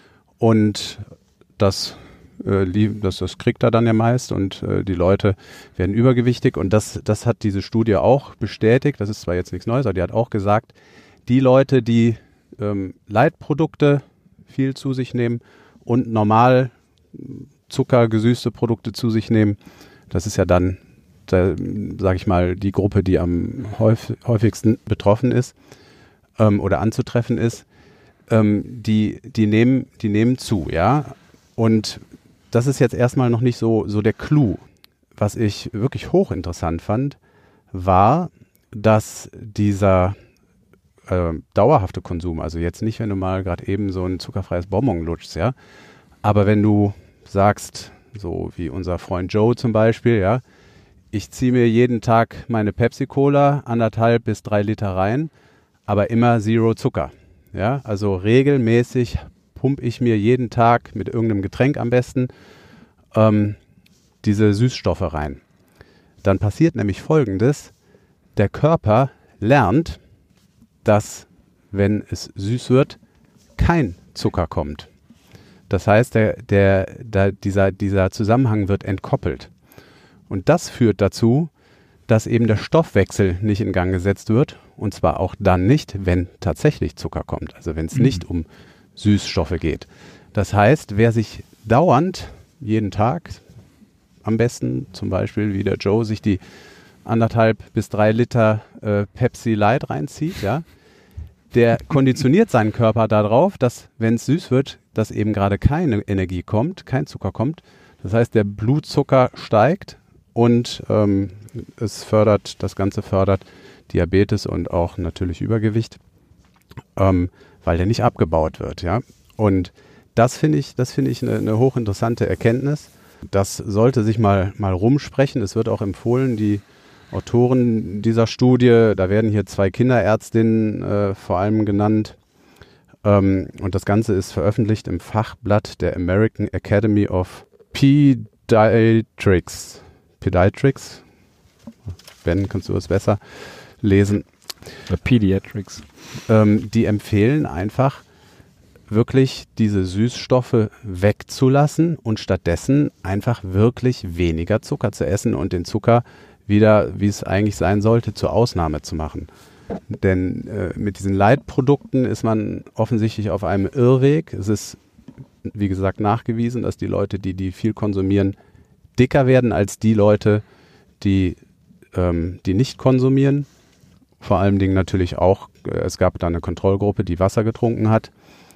und das, äh, das, das kriegt er dann ja meist und äh, die Leute werden übergewichtig und das, das hat diese Studie auch bestätigt, das ist zwar jetzt nichts Neues, aber die hat auch gesagt, die Leute, die ähm, Leitprodukte viel zu sich nehmen und normal zuckergesüßte Produkte zu sich nehmen, das ist ja dann, da, sage ich mal, die Gruppe, die am häufig, häufigsten betroffen ist ähm, oder anzutreffen ist, ähm, die, die, nehmen, die nehmen zu, ja. Und das ist jetzt erstmal noch nicht so, so der Clou. Was ich wirklich hochinteressant fand, war, dass dieser äh, dauerhafte Konsum, also jetzt nicht, wenn du mal gerade eben so ein zuckerfreies Bonbon lutschst, ja, aber wenn du sagst, so wie unser Freund Joe zum Beispiel, ja, ich ziehe mir jeden Tag meine Pepsi-Cola, anderthalb bis drei Liter rein, aber immer Zero Zucker. Ja, also regelmäßig pumpe ich mir jeden Tag mit irgendeinem Getränk am besten ähm, diese Süßstoffe rein. Dann passiert nämlich Folgendes, der Körper lernt, dass, wenn es süß wird, kein Zucker kommt. Das heißt, der, der, der, dieser, dieser Zusammenhang wird entkoppelt. Und das führt dazu, dass eben der Stoffwechsel nicht in Gang gesetzt wird. Und zwar auch dann nicht, wenn tatsächlich Zucker kommt. Also wenn es mhm. nicht um Süßstoffe geht. Das heißt, wer sich dauernd, jeden Tag, am besten zum Beispiel wie der Joe, sich die anderthalb bis drei Liter äh, Pepsi Light reinzieht, ja, der konditioniert seinen Körper darauf, dass, wenn es süß wird, dass eben gerade keine Energie kommt, kein Zucker kommt. Das heißt, der Blutzucker steigt und ähm, es fördert, das Ganze fördert Diabetes und auch natürlich Übergewicht, ähm, weil der nicht abgebaut wird, ja. Und das finde ich, das finde ich eine, eine hochinteressante Erkenntnis. Das sollte sich mal, mal rumsprechen. Es wird auch empfohlen, die Autoren dieser Studie, da werden hier zwei Kinderärztinnen äh, vor allem genannt. Ähm, und das Ganze ist veröffentlicht im Fachblatt der American Academy of Pediatrics. Pediatrics? Ben, kannst du das besser lesen? Pediatrics. Ähm, die empfehlen einfach, wirklich diese Süßstoffe wegzulassen und stattdessen einfach wirklich weniger Zucker zu essen und den Zucker wieder, wie es eigentlich sein sollte, zur Ausnahme zu machen. Denn äh, mit diesen Leitprodukten ist man offensichtlich auf einem Irrweg. Es ist, wie gesagt, nachgewiesen, dass die Leute, die die viel konsumieren, dicker werden als die Leute, die, ähm, die nicht konsumieren. Vor allen Dingen natürlich auch, äh, es gab da eine Kontrollgruppe, die Wasser getrunken hat.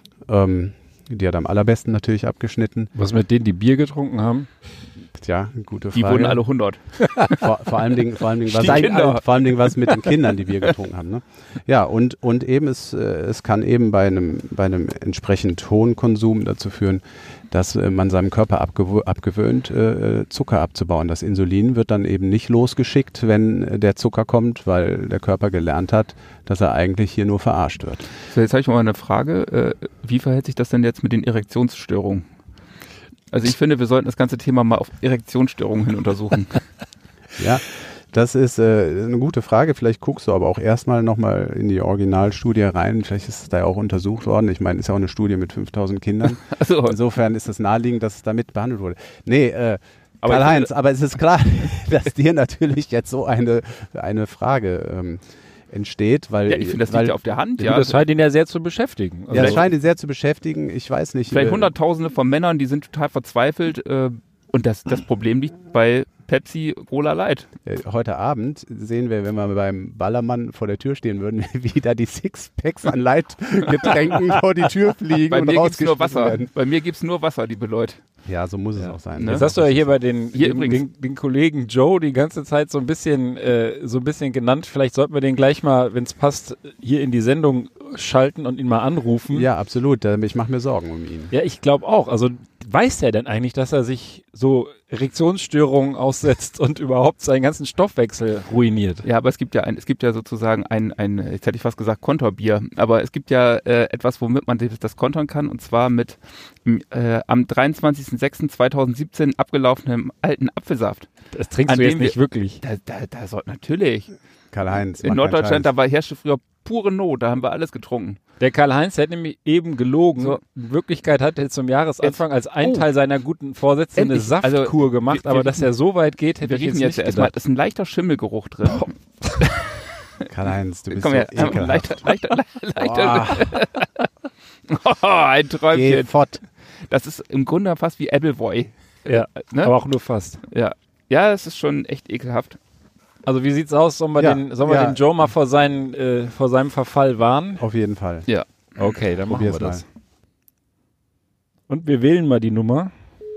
Ähm, die hat am allerbesten natürlich abgeschnitten. Was mit denen, die Bier getrunken haben? Tja, gute Frage. Die wurden alle hundert. Vor, vor allem Dingen, vor allem Dingen, was, Kinder. vor allem Dingen, was mit den Kindern, die Bier getrunken haben. Ne? Ja, und, und eben es, äh, es kann eben bei einem, bei einem entsprechend hohen Konsum dazu führen, dass äh, man seinem Körper abgew- abgewöhnt, äh, Zucker abzubauen. Das Insulin wird dann eben nicht losgeschickt, wenn äh, der Zucker kommt, weil der Körper gelernt hat, dass er eigentlich hier nur verarscht wird. So, jetzt habe ich mal eine Frage. Äh, wie verhält sich das denn jetzt mit den Erektionsstörungen? Also ich finde, wir sollten das ganze Thema mal auf Erektionsstörungen hin untersuchen. Ja, das ist äh, eine gute Frage. Vielleicht guckst du aber auch erstmal nochmal in die Originalstudie rein. Vielleicht ist es da ja auch untersucht worden. Ich meine, es ist ja auch eine Studie mit fünftausend Kindern. Also, Insofern ist es naheliegend, dass es damit behandelt wurde. Nee, äh, Aber Karl-Heinz, aber es ist klar, dass dir natürlich jetzt so eine, eine Frage ähm, entsteht, weil... ja, ich finde, das weil, liegt ja auf der Hand. Ja, Ja, das scheint ihn ja sehr zu beschäftigen. ja, das Also- scheint ihn sehr zu beschäftigen. Ich weiß nicht. Vielleicht äh, Hunderttausende von Männern, die sind total verzweifelt. Äh, und das, das Problem liegt bei Pepsi Cola Light. Äh, Heute Abend sehen wir, wenn wir beim Ballermann vor der Tür stehen würden, wie da die Sixpacks an Leitgetränken vor die Tür fliegen Bei und mir gibt es nur rausgeschmissen Wasser. werden. Bei mir gibt es nur Wasser, liebe Leute. Ja, so muss es auch sein. Ne? Jetzt hast du ja hier bei den, Hier den, übrigens. den, den Kollegen Joe die ganze Zeit so ein bisschen, äh, so ein bisschen genannt. Vielleicht sollten wir den gleich mal, wenn es passt, hier in die Sendung schalten und ihn mal anrufen. Ja, absolut. Ähm, Ich mache mir Sorgen um ihn. Ja, ich glaube auch. Also weiß er denn eigentlich, dass er sich so Erektionsstörungen aussetzt und überhaupt seinen ganzen Stoffwechsel ruiniert? Ja, aber es gibt ja ein, es gibt ja sozusagen ein, ein, jetzt hätte ich fast gesagt Konterbier, aber es gibt ja äh, etwas, womit man das, das kontern kann, und zwar mit äh, am dreiundzwanzigsten sechsten zweitausendsiebzehn abgelaufenem alten Apfelsaft. Das trinkst An du jetzt dem nicht wir- wirklich. Da, da, da soll natürlich. Karl-Heinz. In Norddeutschland, da war, herrschte früher pure Not, da haben wir alles getrunken. Der Karl-Heinz hat nämlich eben gelogen. So. In Wirklichkeit hat er zum Jahresanfang als ein Oh. Teil seiner guten Vorsätze eine Endlich. Also, Saftkur gemacht, wir- aber wir dass riechen- er so weit geht, hätte Wir ich riechen jetzt jetzt nicht erstmal, gedacht. ist ein leichter Schimmelgeruch drin. Karl-Heinz, du bist Komm so her, ekelhaft. leichter, leichter, leichter. Boah, Oh, ein geh Träumchen. fort. Das ist im Grunde fast wie Appleboy. Ja, Ne? aber auch nur fast. Ja. Ja, es ist schon echt ekelhaft. Also wie sieht's aus? Sollen wir, Ja, den, sollen wir ja. den Joe mal vor, seinen, äh, vor seinem Verfall warnen? Auf jeden Fall. Ja. Okay, dann machen wir Probier's das. Und wir wählen mal die Nummer.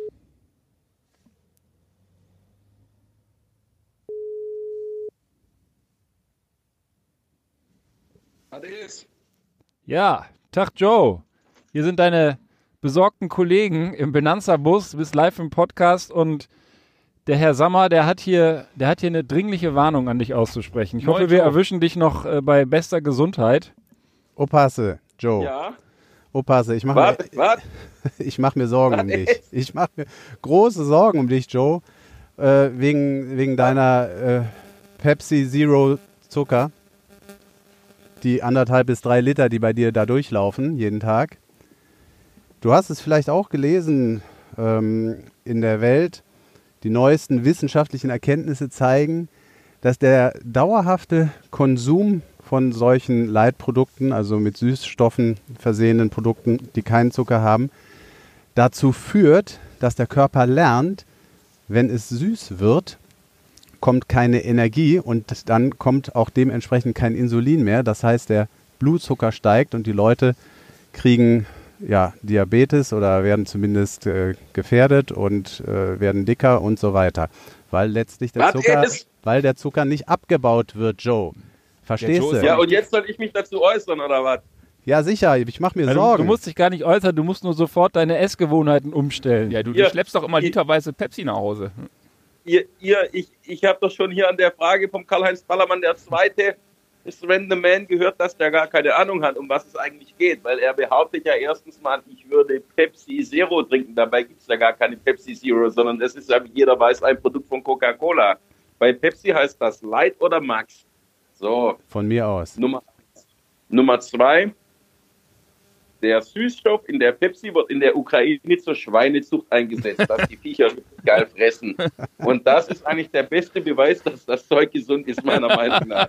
Ja, Tag Joe. Hier sind deine besorgten Kollegen im Benanza-Bus. Du bist live im Podcast und der Herr Sammer, der hat hier, der hat hier eine dringliche Warnung an dich auszusprechen. Ich Moin, hoffe, wir Joe. erwischen dich noch äh, bei bester Gesundheit. Opasse, Joe. Ja, Opasse, ich mache warte, mir, warte. ich mach mir Sorgen um dich. Ich mache mir große Sorgen um dich, Joe. Äh, wegen, wegen deiner äh, Pepsi Zero Zucker. Die anderthalb bis drei Liter, die bei dir da durchlaufen, jeden Tag. Du hast es vielleicht auch gelesen ähm, in der Welt. Die neuesten wissenschaftlichen Erkenntnisse zeigen, dass der dauerhafte Konsum von solchen Leitprodukten, also mit Süßstoffen versehenen Produkten, die keinen Zucker haben, dazu führt, dass der Körper lernt, wenn es süß wird, kommt keine Energie und dann kommt auch dementsprechend kein Insulin mehr. Das heißt, der Blutzucker steigt und die Leute kriegen ja, Diabetes oder werden zumindest äh, gefährdet und äh, werden dicker und so weiter. Weil letztlich der Was Zucker, ist? weil der Zucker nicht abgebaut wird, Joe. Verstehst Joe ist du? Ja, und jetzt soll ich mich dazu äußern, oder was? Ja, sicher, ich mache mir Also, du Sorgen. musst dich gar nicht äußern, du musst nur sofort deine Essgewohnheiten umstellen. Ja, du, Ja. du schleppst doch immer literweise Pepsi nach Hause. Ihr, ihr, ich, ich habe doch schon hier an der Frage vom Karl-Heinz Ballermann, der Zweite, ist Random Man, gehört, dass der gar keine Ahnung hat, um was es eigentlich geht. Weil er behauptet ja erstens mal, ich würde Pepsi Zero trinken. Dabei gibt es ja gar keine Pepsi Zero, sondern das ist ja, wie jeder weiß, ein Produkt von Coca-Cola. Bei Pepsi heißt das Light oder Max. So, Von mir aus. Nummer, Nummer zwei. Der Süßstoff in der Pepsi wird in der Ukraine zur Schweinezucht eingesetzt, dass die Viecher geil fressen. Und das ist eigentlich der beste Beweis, dass das Zeug gesund ist, meiner Meinung nach.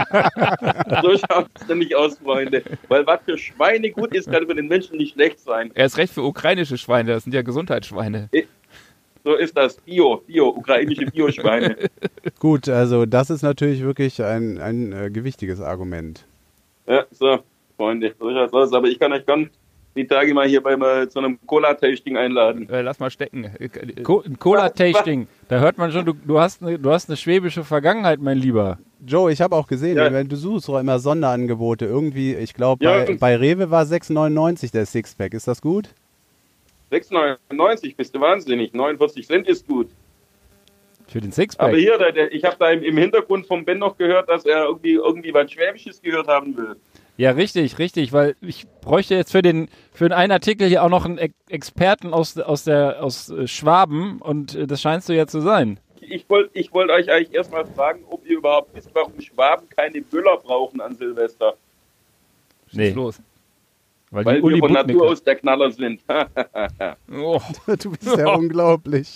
So schaut es denn nicht aus, Freunde. Weil was für Schweine gut ist, kann für den Menschen nicht schlecht sein. Er ist recht für ukrainische Schweine, das sind ja Gesundheitsschweine. So ist das. Bio, Bio, ukrainische Bio-Schweine. Gut, also das ist natürlich wirklich ein, ein äh, gewichtiges Argument. Ja, so, Freunde, so schaut's aus. Aber ich kann euch ganz die Tage mal hier bei mal zu einem Cola-Tasting einladen. Äh, lass mal stecken. Äh, Co ein Cola-Tasting, da hört man schon, du, du, hast eine, du hast eine schwäbische Vergangenheit, mein Lieber. Joe, ich habe auch gesehen, Ja. wenn du suchst auch immer Sonderangebote. Irgendwie, ich glaube, Ja. bei, bei Rewe war sechs neunundneunzig der Sixpack. Ist das gut? sechs neunundneunzig, bist du wahnsinnig. neunundvierzig Cent ist gut. Für den Aber Sixpack. hier, der, der, ich habe da im, im Hintergrund vom Ben noch gehört, dass er irgendwie, irgendwie was Schwäbisches gehört haben will. Ja, richtig, richtig, weil ich bräuchte jetzt für den für den einen Artikel hier auch noch einen Ex Experten aus, aus, der, aus äh, Schwaben und äh, das scheinst du ja zu sein. Ich wollte ich wollt euch eigentlich erstmal fragen, ob ihr überhaupt wisst, warum Schwaben keine Böller brauchen an Silvester. Nee, Schieß los. weil, Weil die wir Uli von Natur Budnick- aus der Knaller sind. Oh. Du bist ja unglaublich.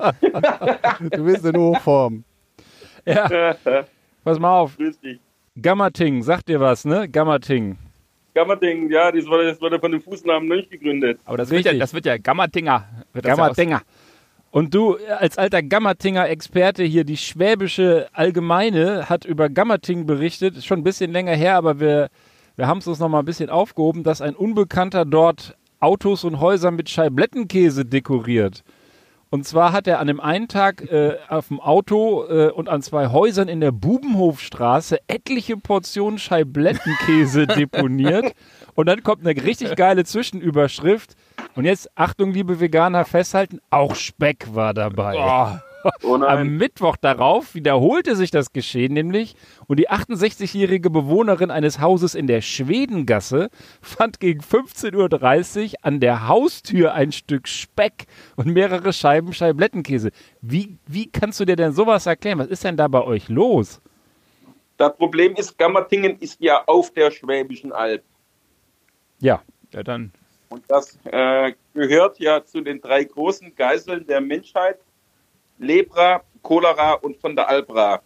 Du bist in Hochform. Ja, pass mal auf. Grüß dich. Gammating, sagt dir was, ne? Gammating. Gammerding, ja, das wurde, das wurde von dem Fußnamen Mönch gegründet. Aber das wird, ja, Richtig. das wird ja Gammatinger. Wird das ja Gammatinger. Und du äh, als alter Gammatinger-Experte hier, die Schwäbische Allgemeine hat über Gammating berichtet, ist schon ein bisschen länger her, aber wir, wir haben es uns noch mal ein bisschen aufgehoben, dass ein Unbekannter dort Autos und Häuser mit Scheiblettenkäse dekoriert. Und zwar hat er an dem einen Tag äh, auf dem Auto äh, und an zwei Häusern in der Bubenhofstraße etliche Portionen Scheiblettenkäse deponiert. Und dann kommt eine richtig geile Zwischenüberschrift. Und jetzt, Achtung, liebe Veganer, festhalten, auch Speck war dabei. Oh. Oh Am nein. Mittwoch darauf wiederholte sich das Geschehen nämlich und die achtundsechzigjährige Bewohnerin eines Hauses in der Schwedengasse fand gegen fünfzehn Uhr dreißig an der Haustür ein Stück Speck und mehrere Scheiben Scheiblettenkäse. Wie, wie kannst du dir denn sowas erklären? Was ist denn da bei euch los? Das Problem ist, Gammertingen ist ja auf der Schwäbischen Alb. Ja, Ja, dann. Und das äh, gehört ja zu den drei großen Geiseln der Menschheit. Lepra, Cholera und von der Albra.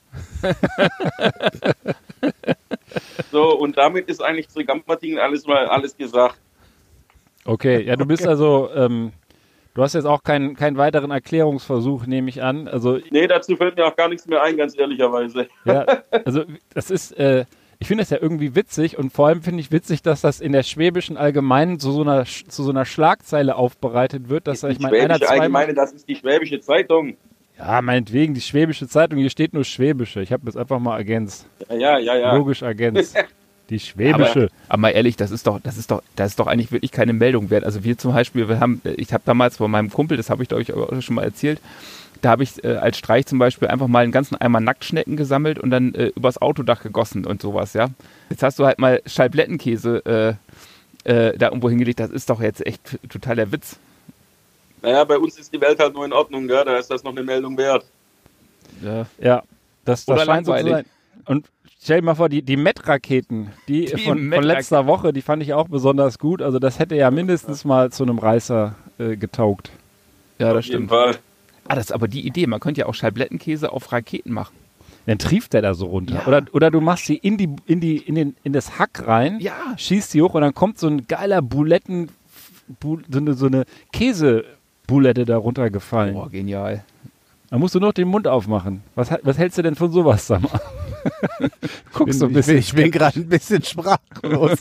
So, und damit ist eigentlich zu Gammertingen alles mal alles gesagt. okay. Ja, du bist also, ähm, du hast jetzt auch keinen keinen weiteren Erklärungsversuch, nehme ich an. Also Nee, dazu fällt mir auch gar nichts mehr ein, ganz ehrlicherweise. ja, also das ist, äh, ich finde das ja irgendwie witzig und vor allem finde ich witzig, dass das in der Schwäbischen Allgemeinen zu so einer, zu so einer Schlagzeile aufbereitet wird, dass ich Die meine, einer, Schwäbische zwei, Allgemeine, das ist die Schwäbische Zeitung. ja, meinetwegen, die Schwäbische Zeitung, hier steht nur Schwäbische. Ich habe das einfach mal ergänzt. Ja, ja, ja. ja. Logisch ergänzt. Die Schwäbische. Aber mal ehrlich, das ist doch, das ist doch, das ist doch eigentlich wirklich keine Meldung wert. Also wir zum Beispiel, wir haben, ich habe damals von meinem Kumpel, das habe ich euch auch schon mal erzählt, da habe ich äh, als Streich zum Beispiel einfach mal einen ganzen Eimer Nacktschnecken gesammelt und dann äh, übers Autodach gegossen und sowas, ja. Jetzt hast du halt mal Scheiblettenkäse äh, äh, da irgendwo hingelegt, das ist doch jetzt echt totaler Witz. Naja, bei uns ist die Welt halt nur in Ordnung, gell? Da ist das noch eine Meldung wert. Ja. Ja, das, das Oder scheint so zu langweilig. sein. Und stell dir mal vor, die, die Met-Raketen, die, Die von, von Met-Raketen. letzter Woche, die fand ich auch besonders gut. Also das hätte ja mindestens mal zu einem Reißer äh, getaugt. Ja, das Auf jeden stimmt. Fall. Ah, das ist aber die Idee, man könnte ja auch Scheiblettenkäse auf Raketen machen. Dann trieft der da so runter. Ja. Oder, oder du machst sie in, die, in, die, in, den, in das Hack rein, Ja. schießt sie hoch und dann kommt so ein geiler Buletten, Bu, so eine, so eine Käsebulette da runtergefallen. Boah, genial. Dann musst du noch den Mund aufmachen. Was, was hältst du denn von sowas, sag mal? Guckst so ein Ich bisschen. bin, ich bin gerade ein bisschen sprachlos.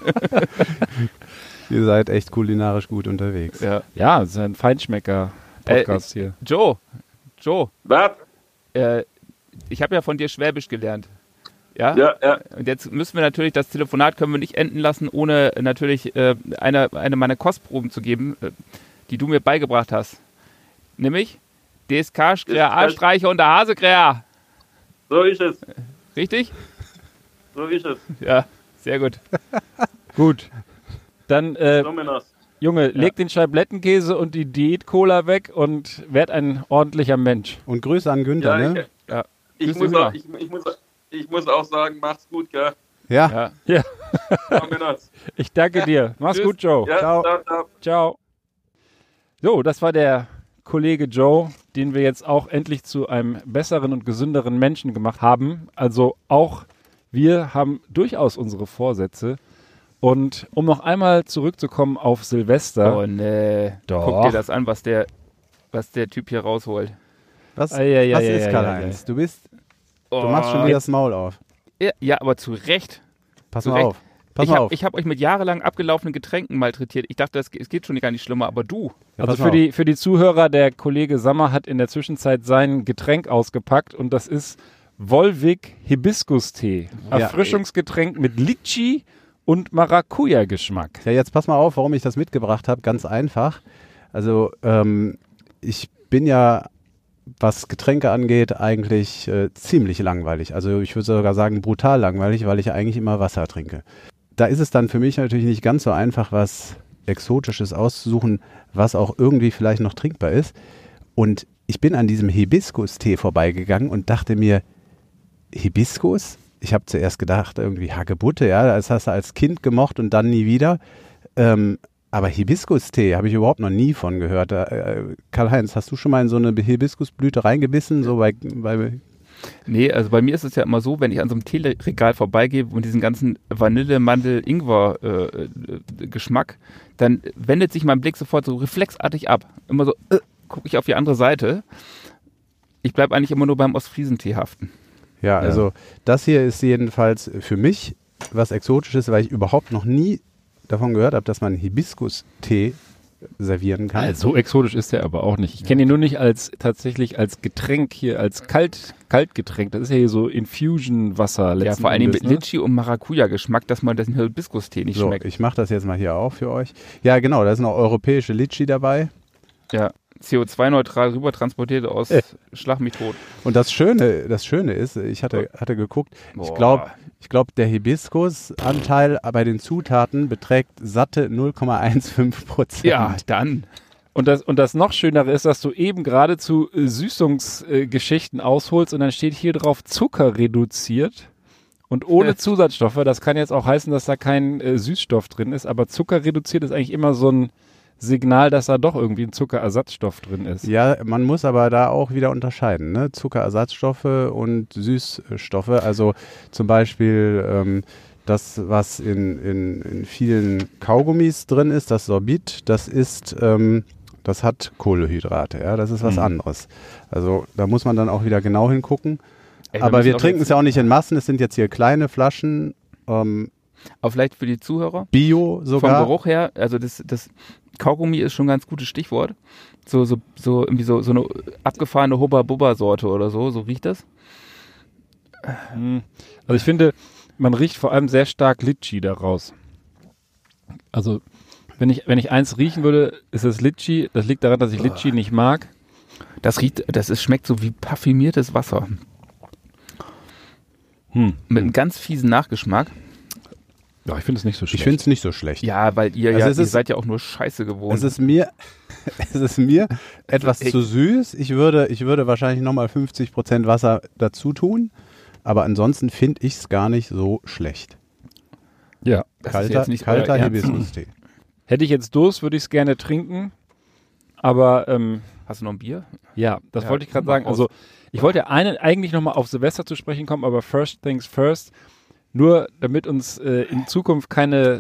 Ihr seid echt kulinarisch gut unterwegs. Ja. Ja, das ist ein Feinschmecker-Podcast Äh, hier. Joe, Joe, Was? äh, ich habe ja von dir Schwäbisch gelernt. Ja? Ja, ja. Und jetzt müssen wir natürlich, das Telefonat können wir nicht enden lassen, ohne natürlich äh, eine, eine meiner Kostproben zu geben, äh, die du mir beigebracht hast. Nämlich D S K, Skräher, A-Streicher und der Hasekräher. So ist es. Richtig? So ist es. Ja, sehr gut. Gut. Dann, äh, So, Männers. Junge, leg den Scheiblettenkäse und die Diät-Cola weg und werd ein ordentlicher Mensch. Und Grüße an Günther, Ja, ne? Ja. ich, ich, Grüße, muss auch, Hühner. ich, ich, muss, ich muss auch sagen, macht's gut, gell? Ja. Ja. So, Männers. Ich danke dir. Mach's Tschüss. gut, Joe. Ja, Ciao. ciao, ciao. Ciao. So, das war der Kollege Joe, den wir jetzt auch endlich zu einem besseren und gesünderen Menschen gemacht haben. Also auch wir haben durchaus unsere Vorsätze. Und um noch einmal zurückzukommen auf Silvester. Oh nee. Doch. Guck dir das an, was der, was der Typ hier rausholt. Was, Ah, ja, ja, was ja, ist ja, Karl-Heinz? ja, Du bist, Oh. du machst schon wieder das Maul auf. Ja, ja, aber zu Recht. Pass Zu mal Recht. auf. Pass ich mal habe auf. hab euch mit jahrelang abgelaufenen Getränken malträtiert. Ich dachte, das, es geht schon gar nicht schlimmer, aber du. Ja, Also pass mal für auf. die, für die Zuhörer, der Kollege Sammer hat in der Zwischenzeit sein Getränk ausgepackt und das ist Volvic Hibiskus-Tee. Ja, Erfrischungsgetränk mit Litschi und Maracuja-Geschmack. Ja, jetzt pass mal auf, warum ich das mitgebracht habe. Ganz einfach. Also ähm, ich bin ja, was Getränke angeht, eigentlich äh, ziemlich langweilig. Also ich würde sogar sagen brutal langweilig, weil ich eigentlich immer Wasser trinke. Da ist es dann für mich natürlich nicht ganz so einfach, was Exotisches auszusuchen, was auch irgendwie vielleicht noch trinkbar ist. Und ich bin an diesem Hibiskus-Tee vorbeigegangen und dachte mir, Hibiskus? Ich habe zuerst gedacht, irgendwie Hagebutte, ja, das hast du als Kind gemocht und dann nie wieder. Ähm, aber Hibiskus-Tee habe ich überhaupt noch nie von gehört. Äh, Karl-Heinz, hast du schon mal in so eine Hibiskusblüte reingebissen? So bei, bei Nee, also bei mir ist es ja immer so, wenn ich an so einem Teeregal vorbeigehe und diesen ganzen Vanille, Mandel, Ingwer äh, äh, Geschmack, dann wendet sich mein Blick sofort so reflexartig ab. Immer so, äh, gucke ich auf die andere Seite. Ich bleibe eigentlich immer nur beim Ostfriesentee haften. Ja, also das hier ist jedenfalls für mich was Exotisches, weil ich überhaupt noch nie davon gehört habe, dass man Hibiskus-Tee servieren kann. Also so exotisch ist der aber auch nicht. Ich kenne ihn nur nicht als tatsächlich als Getränk hier, als Kalt, Kaltgetränk. Das ist ja hier so Infusion-Wasser letzten Ja, vor allen Dingen Endes, mit ne? Litschi und Maracuja-Geschmack, dass man den Hibiskus-Tee nicht So, schmeckt. ich mache das jetzt mal hier auch für euch. Ja, genau, da ist noch europäische Litschi dabei. Ja, C O zwei neutral rübertransportiert aus Äh. Schlag mich tot. Und das Schöne, das Schöne ist, ich hatte, hatte geguckt, ich Boah. glaube, ich glaub, der Hibiskus-Anteil bei den Zutaten beträgt satte null Komma fünfzehn Prozent. Ja, dann. Und das, und das noch Schönere ist, dass du eben geradezu äh, Süßungsgeschichten äh, ausholst und dann steht hier drauf Zucker reduziert und ohne Zusatzstoffe. Das kann jetzt auch heißen, dass da kein äh, Süßstoff drin ist, aber Zucker reduziert ist eigentlich immer so ein Signal, dass da doch irgendwie ein Zuckerersatzstoff drin ist. Ja, man muss aber da auch wieder unterscheiden, ne? Zuckerersatzstoffe und Süßstoffe. Also zum Beispiel ähm, das, was in, in, in vielen Kaugummis drin ist, das Sorbit, das ist, ähm, das hat Kohlenhydrate, ja, das ist was Mhm. anderes. Also da muss man dann auch wieder genau hingucken. Ey, wir aber müssen wir doch trinken jetzt- es ja auch nicht in Massen, es sind jetzt hier kleine Flaschen, ähm, Aber vielleicht für die Zuhörer, Bio sogar. vom Geruch her, also das, das Kaugummi ist schon ein ganz gutes Stichwort. So, so, so irgendwie so, so eine abgefahrene Hubba-Bubba-Sorte oder so, so riecht das. Hm. Also ich finde, man riecht vor allem sehr stark Litschi daraus. Also wenn ich, wenn ich eins riechen würde, ist es Litschi. Das liegt daran, dass ich Litschi nicht mag. Das riecht, das ist, schmeckt so wie parfümiertes Wasser. Hm. Mit einem ganz fiesen Nachgeschmack. Ja, ich finde es nicht so schlecht. Ich finde es nicht so schlecht. Ja, weil ihr Also ja, es ihr ist- seid ja auch nur Scheiße gewohnt. Es ist mir, es ist mir etwas echt- zu süß. Ich würde, ich würde wahrscheinlich nochmal fünfzig Prozent Wasser dazu tun. Aber ansonsten finde ich es gar nicht so schlecht. Ja. Das ist Kalter, jetzt nicht kalter euer Ernst. Hibiskus-Tee. Hätte ich jetzt Durst, würde ich es gerne trinken. Aber ähm, Hast du noch ein Bier? ja, das Ja, wollte ich gerade mach sagen. aus. Also ich wollte einen, eigentlich nochmal auf Silvester zu sprechen kommen, aber first things first. Nur damit uns äh, in Zukunft keine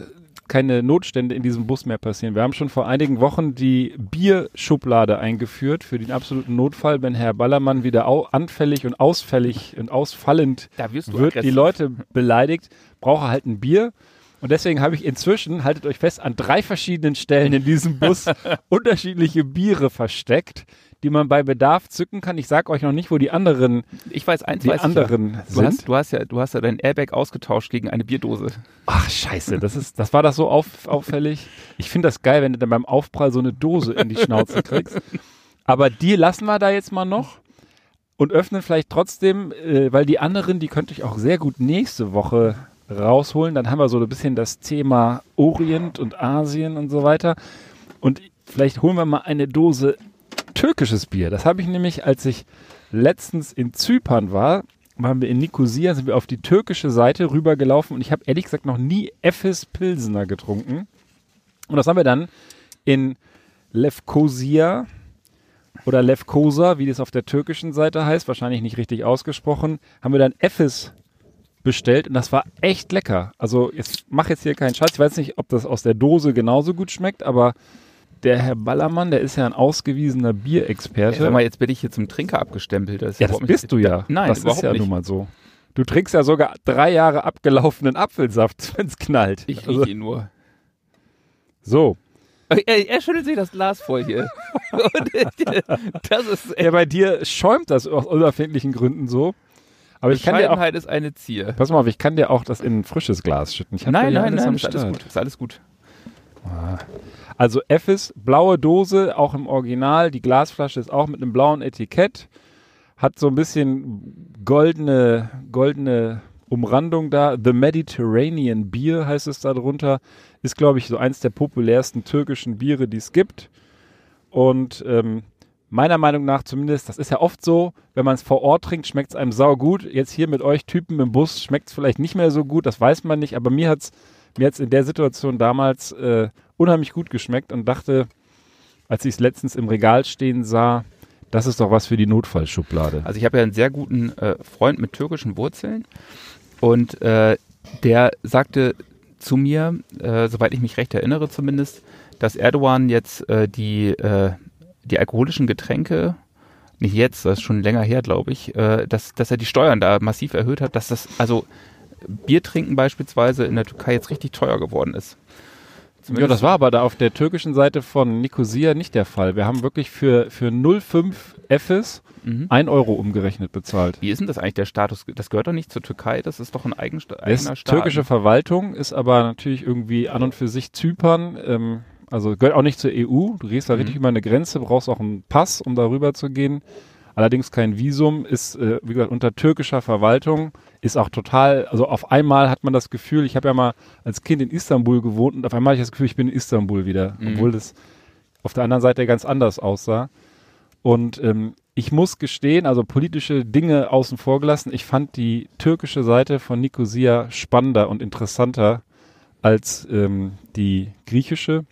dass keine Notstände in diesem Bus mehr passieren. Wir haben schon vor einigen Wochen die Bierschublade eingeführt für den absoluten Notfall, wenn Herr Ballermann wieder au- anfällig und ausfällig und ausfallend Da wirst du wird, aggressiv. die Leute beleidigt, braucht er halt ein Bier. Und deswegen habe ich inzwischen, haltet euch fest, an drei verschiedenen Stellen in diesem Bus unterschiedliche Biere versteckt, die man bei Bedarf zücken kann. Ich sage euch noch nicht, wo die anderen, Ich weiß eins, die weiß anderen ich ja. Du sind. hast, du, hast ja, du hast ja dein Airbag ausgetauscht gegen eine Bierdose. Ach scheiße, das ist, das war das so auf, auffällig. Ich finde das geil, wenn du dann beim Aufprall so eine Dose in die Schnauze kriegst. Aber die lassen wir da jetzt mal noch und öffnen vielleicht trotzdem, äh, weil die anderen, die könnte ich auch sehr gut nächste Woche rausholen. Dann haben wir so ein bisschen das Thema Orient und Asien und so weiter. Und vielleicht holen wir mal eine Dose türkisches Bier. Das habe ich nämlich, als ich letztens in Zypern war, waren wir in Nikosia, sind wir auf die türkische Seite rübergelaufen und ich habe ehrlich gesagt noch nie Efes Pilsener getrunken. Und das haben wir dann in Lefkosia oder Lefkosa, wie das auf der türkischen Seite heißt, wahrscheinlich nicht richtig ausgesprochen, haben wir dann Efes bestellt und das war echt lecker. Also ich mache jetzt hier keinen Schatz, ich weiß nicht, ob das aus der Dose genauso gut schmeckt, aber der Herr Ballermann, der ist ja ein ausgewiesener Bierexperte. Sag mal, jetzt bin ich hier zum Trinker abgestempelt. Das ist Ja, das überhaupt nicht- bist du ja. Nein, das überhaupt ist ja nicht. nun mal so. Du trinkst ja sogar drei Jahre abgelaufenen Apfelsaft, wenn es knallt. Ich Also, rieche ihn nur. so. Er, er schüttelt sich das Glas voll hier. Und, äh, das ist Ja, bei dir schäumt das aus unerfindlichen Gründen so. Aber ich kann dir auch, Bescheidenheit ist eine Zier. pass mal auf, ich kann dir auch das in ein frisches Glas schütten. Ich hab da Nein, ja nein, alles nein, am ist alles Start. gut. Ist alles gut. Also Efes, blaue Dose, auch im Original. Die Glasflasche ist auch mit einem blauen Etikett. Hat so ein bisschen goldene, goldene Umrandung da. The Mediterranean Beer heißt es da drunter. Ist, glaube ich, so eins der populärsten türkischen Biere, die es gibt. Und ähm, meiner Meinung nach zumindest, das ist ja oft so, wenn man es vor Ort trinkt, schmeckt es einem saugut. Jetzt hier mit euch Typen im Bus schmeckt es vielleicht nicht mehr so gut, das weiß man nicht. Aber mir hat es mir hat's in der Situation damals äh, unheimlich gut geschmeckt und dachte, als ich es letztens im Regal stehen sah, das ist doch was für die Notfallschublade. Also ich habe ja einen sehr guten äh, Freund mit türkischen Wurzeln und äh, der sagte zu mir, äh, soweit ich mich recht erinnere zumindest, dass Erdogan jetzt äh, die, äh, die alkoholischen Getränke, nicht jetzt, das ist schon länger her, glaube ich, äh, dass, dass er die Steuern da massiv erhöht hat, dass das, also Bier trinken beispielsweise in der Türkei jetzt richtig teuer geworden ist. Ja, das war aber da auf der türkischen Seite von Nikosia nicht der Fall. Wir haben wirklich für, für null Komma fünf Efes Mhm. ein Euro umgerechnet bezahlt. Wie ist denn das eigentlich, der Status? Das gehört doch nicht zur Türkei, das ist doch ein Eigensta- Das ist eigener Staat. türkische Verwaltung, ist aber natürlich irgendwie an und für sich Zypern, ähm, also gehört auch nicht zur E U. Du gehst da Mhm. richtig über eine Grenze, brauchst auch einen Pass, um darüber zu gehen. Allerdings kein Visum, ist, äh, wie gesagt, unter türkischer Verwaltung, ist auch total, also auf einmal hat man das Gefühl, ich habe ja mal als Kind in Istanbul gewohnt und auf einmal habe ich das Gefühl, ich bin in Istanbul wieder, Mhm. obwohl das auf der anderen Seite ganz anders aussah. Und ähm, ich muss gestehen, also politische Dinge außen vor gelassen, ich fand die türkische Seite von Nikosia spannender und interessanter als ähm, die griechische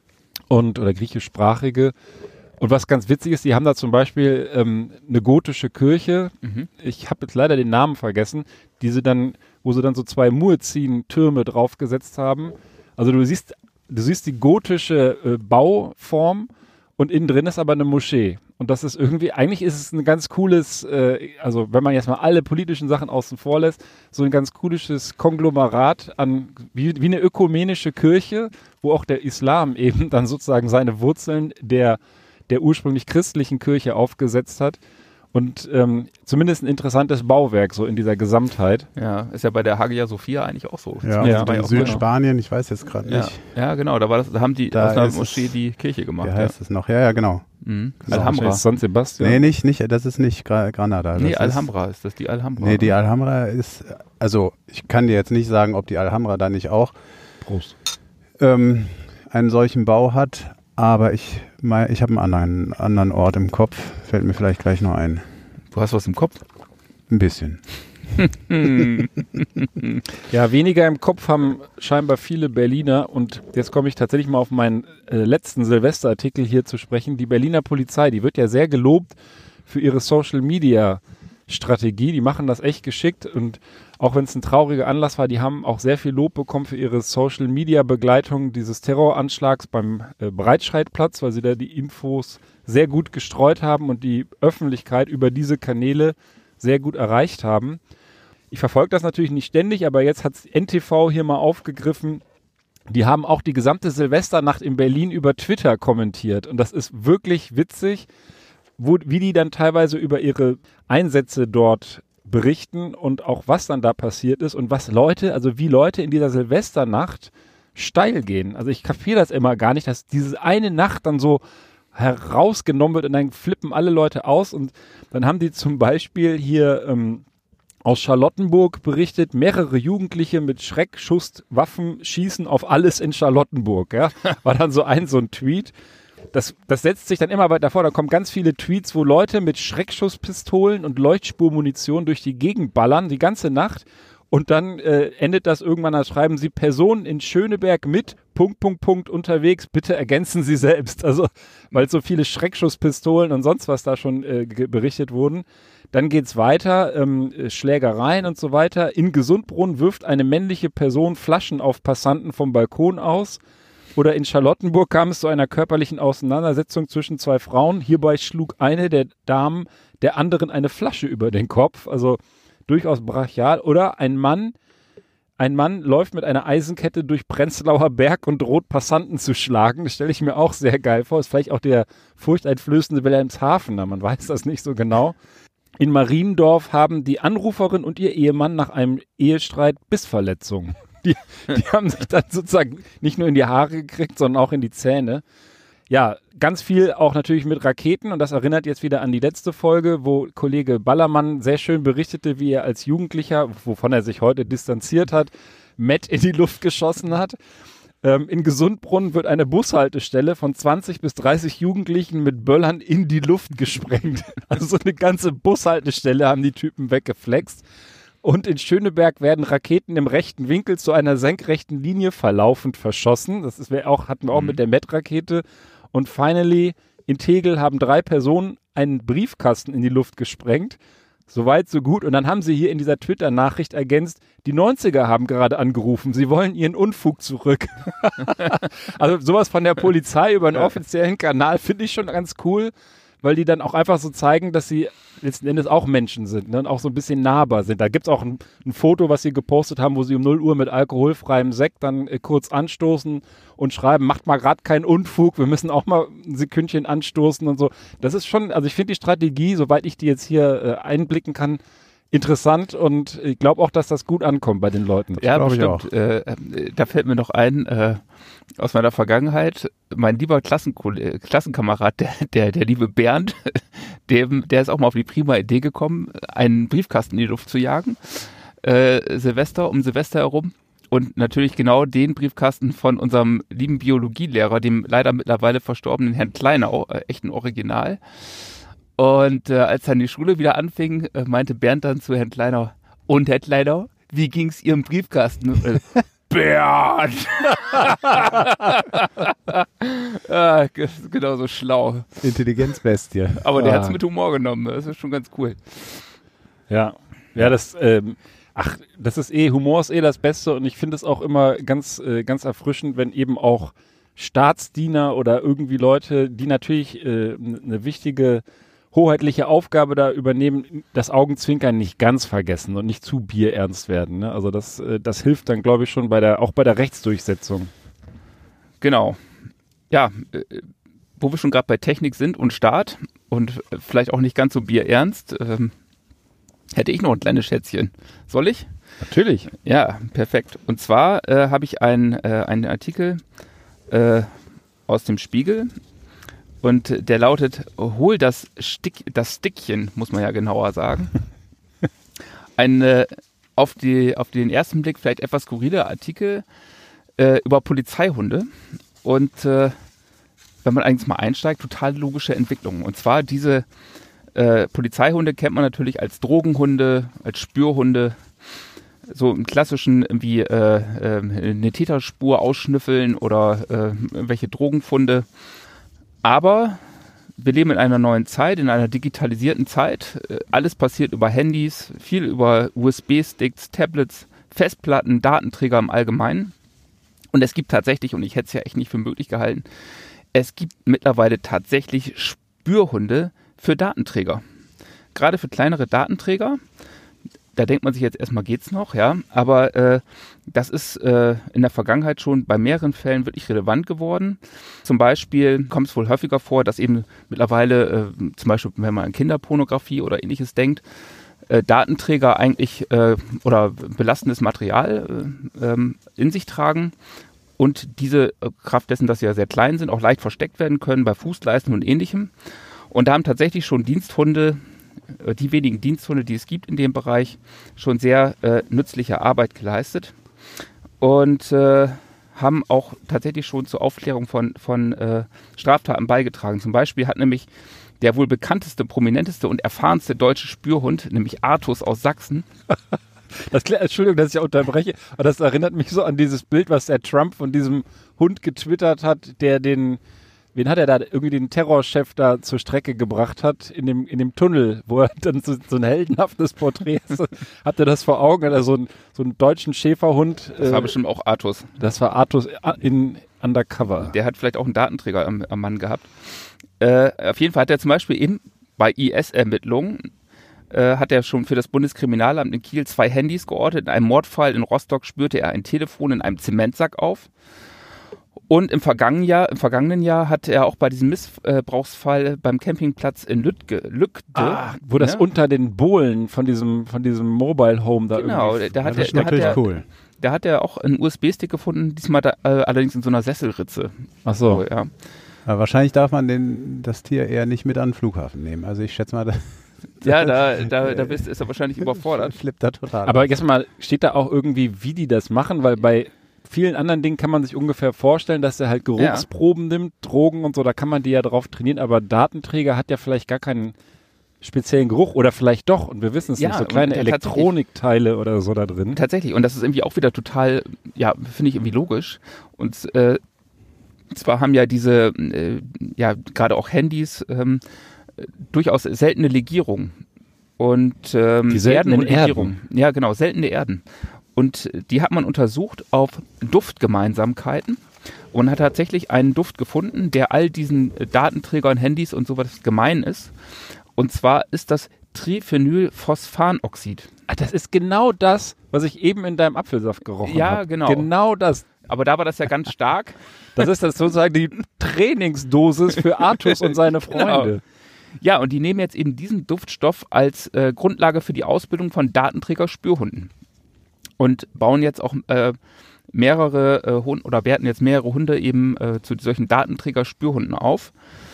und oder griechischsprachige. Und was ganz witzig ist, die haben da zum Beispiel ähm, eine gotische Kirche. Mhm. Ich habe jetzt leider den Namen vergessen, die sie dann, wo sie dann so zwei Muezzin-Türme draufgesetzt haben. Also du siehst, du siehst die gotische äh, Bauform und innen drin ist aber eine Moschee. Und das ist irgendwie, eigentlich ist es ein ganz cooles, äh, also wenn man jetzt mal alle politischen Sachen außen vor lässt, so ein ganz cooles Konglomerat an, wie, wie eine ökumenische Kirche, wo auch der Islam eben dann sozusagen seine Wurzeln der der ursprünglich christlichen Kirche aufgesetzt hat und ähm, zumindest ein interessantes Bauwerk so in dieser Gesamtheit. Ja, ist ja bei der Hagia Sophia eigentlich auch so. Ja, Ja, also war ja in auch Südspanien, ich weiß jetzt gerade Ja, nicht. ja, genau, da, war das, da haben die Da aus einer ist es- Moschee die Kirche gemacht. Wie Ja. heißt es noch? Ja, ja, genau. Mhm. Genau. Alhambra. San Sebastian. Nee, nicht, nicht, das ist nicht Gra Granada. Das Nee, ist, Alhambra ist das, die Alhambra. Nee, die Alhambra ist, also ich kann dir jetzt nicht sagen, ob die Alhambra da nicht auch Prost. ähm, einen solchen Bau hat, aber ich, mein, ich habe einen anderen, anderen Ort im Kopf, fällt mir vielleicht gleich noch ein. Du hast was im Kopf? Ein bisschen. Ja, weniger im Kopf haben scheinbar viele Berliner und jetzt komme ich tatsächlich mal auf meinen äh, letzten Silvesterartikel hier zu sprechen. Die Berliner Polizei, die wird ja sehr gelobt für ihre Social-Media-Strategie. Die machen das echt geschickt und auch wenn es ein trauriger Anlass war, die haben auch sehr viel Lob bekommen für ihre Social-Media-Begleitung dieses Terroranschlags beim äh, Breitscheidplatz, weil sie da die Infos sehr gut gestreut haben und die Öffentlichkeit über diese Kanäle sehr gut erreicht haben. Ich verfolge das natürlich nicht ständig, aber jetzt hat N T V hier mal aufgegriffen. Die haben auch die gesamte Silvesternacht in Berlin über Twitter kommentiert. Und das ist wirklich witzig, wo, wie die dann teilweise über ihre Einsätze dort berichten und auch was dann da passiert ist und was Leute, also wie Leute in dieser Silvesternacht steil gehen. Also ich kapiere das immer gar nicht, dass diese eine Nacht dann so herausgenommen wird und dann flippen alle Leute aus. Und dann haben die zum Beispiel hier ähm, aus Charlottenburg berichtet, mehrere Jugendliche mit Schreckschusswaffen schießen auf alles in Charlottenburg. Ja? War dann so ein, so ein Tweet. Das, das setzt sich dann immer weiter vor. Da kommen ganz viele Tweets, wo Leute mit Schreckschusspistolen und Leuchtspurmunition durch die Gegend ballern, die ganze Nacht. Und dann äh, endet das irgendwann, da schreiben sie Personen in Schöneberg mit Punkt, Punkt, Punkt unterwegs. Bitte ergänzen Sie selbst. Also, weil so viele Schreckschusspistolen und sonst was da schon äh, berichtet wurden. Dann geht's weiter, ähm, Schlägereien und so weiter. In Gesundbrunnen wirft eine männliche Person Flaschen auf Passanten vom Balkon aus. Oder in Charlottenburg kam es zu einer körperlichen Auseinandersetzung zwischen zwei Frauen. Hierbei schlug eine der Damen der anderen eine Flasche über den Kopf. Also durchaus brachial. Oder ein Mann, ein Mann läuft mit einer Eisenkette durch Prenzlauer Berg und droht Passanten zu schlagen. Das stelle ich mir auch sehr geil vor. Ist vielleicht auch der furchteinflößende Wilhelmshavener, man weiß das nicht so genau. In Mariendorf haben die Anruferin und ihr Ehemann nach einem Ehestreit Bissverletzungen. Die, die haben sich dann sozusagen nicht nur in die Haare gekriegt, sondern auch in die Zähne. Ja, ganz viel auch natürlich mit Raketen und das erinnert jetzt wieder an die letzte Folge, wo Kollege Ballermann sehr schön berichtete, wie er als Jugendlicher, wovon er sich heute distanziert hat, Met in die Luft geschossen hat. Ähm, in Gesundbrunnen wird eine Bushaltestelle von zwanzig bis dreißig Jugendlichen mit Böllern in die Luft gesprengt. Also so eine ganze Bushaltestelle haben die Typen weggeflext. Und in Schöneberg werden Raketen im rechten Winkel zu einer senkrechten Linie verlaufend verschossen. Das ist, wir auch, hatten wir auch mhm. mit der Met-Rakete. Und finally, in Tegel haben drei Personen einen Briefkasten in die Luft gesprengt. Soweit, so gut. Und dann haben sie hier in dieser Twitter-Nachricht ergänzt, die neunziger haben gerade angerufen. Sie wollen ihren Unfug zurück. Also sowas von der Polizei über einen offiziellen Kanal finde ich schon ganz cool, weil die dann auch einfach so zeigen, dass sie letzten Endes auch Menschen sind, ne, und auch so ein bisschen nahbar sind. Da gibt es auch ein, ein Foto, was sie gepostet haben, wo sie um null Uhr mit alkoholfreiem Sekt dann äh, kurz anstoßen und schreiben, macht mal gerade keinen Unfug, wir müssen auch mal ein Sekündchen anstoßen und so. Das ist schon, also ich finde die Strategie, soweit ich die jetzt hier äh, einblicken kann, interessant und ich glaube auch, dass das gut ankommt bei den Leuten. Ja, bestimmt. Äh, äh, da fällt mir noch ein, äh, aus meiner Vergangenheit, mein lieber Klassenkoll- Klassenkamerad, der, der, der liebe Bernd, dem, der ist auch mal auf die prima Idee gekommen, einen Briefkasten in die Luft zu jagen, äh, Silvester, um Silvester herum. Und natürlich genau den Briefkasten von unserem lieben Biologielehrer, dem leider mittlerweile verstorbenen Herrn Kleinau, äh, echt ein Original. Und äh, als dann die Schule wieder anfing, äh, meinte Bernd dann zu Herrn Kleinau, und Herr Kleinau, wie ging's Ihrem Briefkasten? Äh, Bernd! Ah, genauso schlau. Intelligenzbestie. Aber der ah. hat's mit Humor genommen, das ist schon ganz cool. Ja, ja, das, ähm, ach, das ist eh, Humor ist eh das Beste und ich finde es auch immer ganz, äh, ganz erfrischend, wenn eben auch Staatsdiener oder irgendwie Leute, die natürlich äh, eine wichtige hoheitliche Aufgabe da übernehmen, das Augenzwinkern nicht ganz vergessen und nicht zu bierernst werden. Ne? Also das, äh, das hilft dann, glaube ich, schon bei der, auch bei der Rechtsdurchsetzung. Genau. Ja, äh, wo wir schon gerade bei Technik sind und Staat und äh, vielleicht auch nicht ganz so bierernst, ähm, hätte ich noch ein kleines Schätzchen. Soll ich? Natürlich. Ja, perfekt. Und zwar äh, habe ich ein, äh, einen Artikel äh, aus dem Spiegel und der lautet, hol das, Stick, das Stickchen, muss man ja genauer sagen. Ein äh, auf, die, auf den ersten Blick vielleicht etwas skurriler Artikel äh, über Polizeihunde und äh, wenn man eigentlich mal einsteigt, total logische Entwicklungen. Und zwar diese äh, Polizeihunde kennt man natürlich als Drogenhunde, als Spürhunde, so im klassischen wie äh, äh, eine Täterspur ausschnüffeln oder äh, irgendwelche Drogenfunde. Aber wir leben in einer neuen Zeit, in einer digitalisierten Zeit. Äh, alles passiert über Handys, viel über U S B-Sticks, Tablets, Festplatten, Datenträger im Allgemeinen. Und es gibt tatsächlich, und ich hätte es ja echt nicht für möglich gehalten, es gibt mittlerweile tatsächlich Spürhunde für Datenträger. Gerade für kleinere Datenträger. Da denkt man sich jetzt erstmal, geht's noch, ja. Aber äh, das ist äh, in der Vergangenheit schon bei mehreren Fällen wirklich relevant geworden. Zum Beispiel kommt es wohl häufiger vor, dass eben mittlerweile, äh, zum Beispiel, wenn man an Kinderpornografie oder ähnliches denkt, äh, Datenträger eigentlich äh, oder belastendes Material äh, ähm, in sich tragen und diese äh, Kraft dessen, dass sie ja sehr klein sind, auch leicht versteckt werden können bei Fußleisten und ähnlichem. Und da haben tatsächlich schon Diensthunde, äh, die wenigen Diensthunde, die es gibt in dem Bereich, schon sehr äh, nützliche Arbeit geleistet und äh, haben auch tatsächlich schon zur Aufklärung von, von äh, Straftaten beigetragen. Zum Beispiel hat nämlich der wohl bekannteste, prominenteste und erfahrenste deutsche Spürhund, nämlich Artus aus Sachsen. Das, Entschuldigung, dass ich unterbreche, aber das erinnert mich so an dieses Bild, was der Trump von diesem Hund getwittert hat, der den, wen hat er da, irgendwie den Terrorchef da zur Strecke gebracht hat, in dem, in dem Tunnel, wo er dann so, so ein heldenhaftes Porträt ist. Habt ihr das vor Augen? Hat er so, ein, so einen deutschen Schäferhund. Das war äh, bestimmt auch Artus. Das war Artus in Undercover. Der hat vielleicht auch einen Datenträger am, am Mann gehabt. Äh, auf jeden Fall hat er zum Beispiel eben bei I S-Ermittlungen äh, hat er schon für das Bundeskriminalamt in Kiel zwei Handys geortet. In einem Mordfall in Rostock spürte er ein Telefon in einem Zementsack auf. Und im vergangenen Jahr, im vergangenen Jahr hat er auch bei diesem Missbrauchsfall beim Campingplatz in Lüttge, Lückde, ah, wo das ne? unter den Bohlen von diesem, von diesem Mobile Home da genau, irgendwie... da hat das er, ist da natürlich hat er, cool. Da hat er auch einen U S B-Stick gefunden, diesmal da, äh, allerdings in so einer Sesselritze. Ach so. So, ja. Aber wahrscheinlich darf man den, das Tier eher nicht mit an den Flughafen nehmen. Also ich schätze mal, da, Ja, da, da, da bist, ist er wahrscheinlich überfordert. flippt da total. Aber aus. jetzt mal, steht da auch irgendwie, wie die das machen? Weil bei vielen anderen Dingen kann man sich ungefähr vorstellen, dass er halt Geruchsproben nimmt, Drogen und so, da kann man die ja drauf trainieren, aber Datenträger hat ja vielleicht gar keinen speziellen Geruch oder vielleicht doch und wir wissen es Ja, nicht, so und kleine der Elektronikteile oder so da drin. Tatsächlich, und das ist irgendwie auch wieder total, ja, finde ich irgendwie logisch. Und äh, zwar haben ja diese, äh, ja, gerade auch Handys, ähm, durchaus seltene Legierungen. Und ähm, Die seltenen Erden und Legierungen. Ja, genau, seltene Erden. Und die hat man untersucht auf Duftgemeinsamkeiten und hat tatsächlich einen Duft gefunden, der all diesen Datenträgern, Handys und sowas gemein ist. Und zwar ist das Triphenylphosphanoxid. Ach, das ist genau das, was ich eben in deinem Apfelsaft gerochen habe. Ja, genau. Genau das. Aber da war das ja ganz stark. Das ist das sozusagen die Trainingsdosis für Artus und seine Freunde. Genau. Ja, und die nehmen jetzt eben diesen Duftstoff als äh, Grundlage für die Ausbildung von Datenträger-Spürhunden. Und bauen jetzt auch äh, mehrere äh, Hunde oder werten jetzt mehrere Hunde eben äh, zu solchen Datenträger-Spürhunden auf.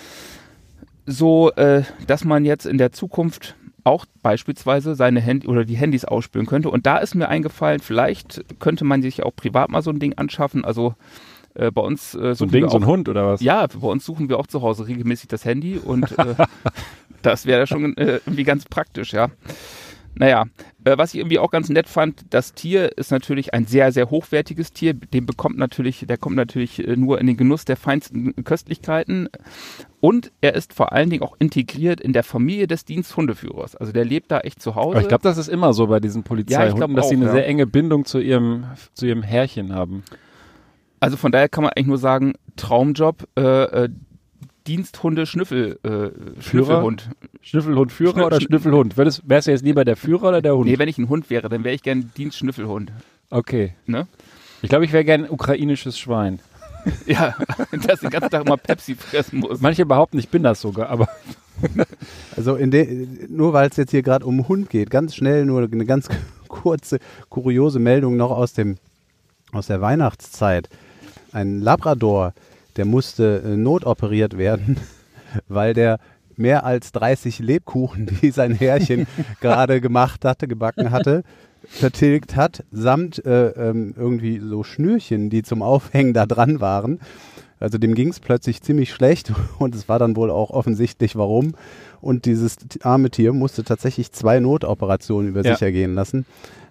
So, äh, dass man jetzt in der Zukunft auch beispielsweise seine Handy oder die Handys ausspüren könnte. Und da ist mir eingefallen, vielleicht könnte man sich auch privat mal so ein Ding anschaffen. Also äh, bei uns äh, So ein Ding, wir so ein auch, Hund oder was? Ja, bei uns suchen wir auch zu Hause regelmäßig das Handy und äh, das wäre schon äh, irgendwie ganz praktisch, ja. Naja, äh, was ich irgendwie auch ganz nett fand, das Tier ist natürlich ein sehr, sehr hochwertiges Tier. Den bekommt natürlich, der kommt natürlich äh, nur in den Genuss der feinsten Köstlichkeiten. Und er ist vor allen Dingen auch integriert in der Familie des Diensthundeführers. Also der lebt da echt zu Hause. Aber ich glaube, das ist immer so bei diesen Polizeihunden, glaub dass sie auch, eine ja. sehr enge Bindung zu ihrem, zu ihrem Herrchen haben. Also von daher kann man eigentlich nur sagen, Traumjob, äh, äh, Diensthunde, Schnüffel, äh, Schnüffelhund. Schnüffelhund-Führer Schnü- oder Schnü- Schnüffelhund? Wärst, wärst du jetzt lieber der Führer oder der Hund? Nee, wenn ich ein Hund wäre, dann wäre ich gern Dienstschnüffelhund. Okay. Ne? Ich glaube, ich wäre gern ein ukrainisches Schwein. Ja, das den ganzen Tag immer Pepsi fressen muss. Manche behaupten, ich bin das sogar, aber Also in de, nur weil es jetzt hier gerade um Hund geht, ganz schnell nur eine ganz kurze, kuriose Meldung noch aus dem aus der Weihnachtszeit. Ein Labrador, der musste äh, notoperiert werden, weil der mehr als dreißig Lebkuchen, die sein Herrchen gerade gemacht hatte, gebacken hatte, vertilgt hat, samt äh, ähm, irgendwie so Schnürchen, die zum Aufhängen da dran waren. Also dem ging es plötzlich ziemlich schlecht und es war dann wohl auch offensichtlich, warum. Und dieses arme Tier musste tatsächlich zwei Notoperationen über Ja. sich ergehen lassen.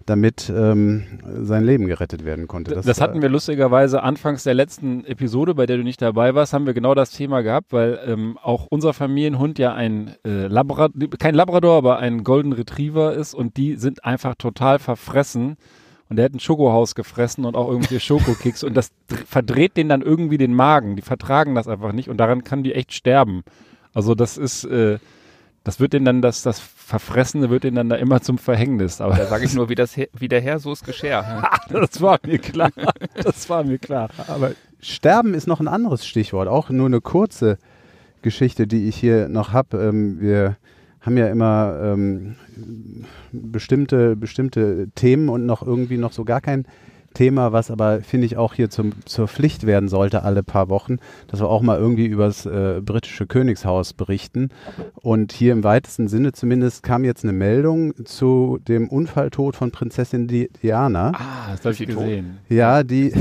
damit ähm, sein Leben gerettet werden konnte. Das, das hatten wir lustigerweise anfangs der letzten Episode, bei der du nicht dabei warst, haben wir genau das Thema gehabt, weil ähm, auch unser Familienhund ja ein äh, Labrador, kein Labrador, aber ein Golden Retriever ist und die sind einfach total verfressen und der hat ein Schokohaus gefressen und auch irgendwelche Schokokeks und das verdreht denen dann irgendwie den Magen, die vertragen das einfach nicht und daran kann die echt sterben. Also das ist, äh, das wird denen dann, das, das Verfressene wird denen dann da immer zum Verhängnis. Aber da sage ich nur, wie, das, wie der Herr, so ist Geschirr. Das war mir klar, das war mir klar. Aber Sterben ist noch ein anderes Stichwort, auch nur eine kurze Geschichte, die ich hier noch habe. Ähm, wir haben ja immer ähm, bestimmte, bestimmte Themen und noch irgendwie noch so gar kein Thema, was aber, finde ich, auch hier zum, zur Pflicht werden sollte alle paar Wochen, dass wir auch mal irgendwie über das äh, britische Königshaus berichten. Und hier im weitesten Sinne zumindest kam jetzt eine Meldung zu dem Unfalltod von Prinzessin Di- Diana. Ah, das habe ich gesehen. Ja, die...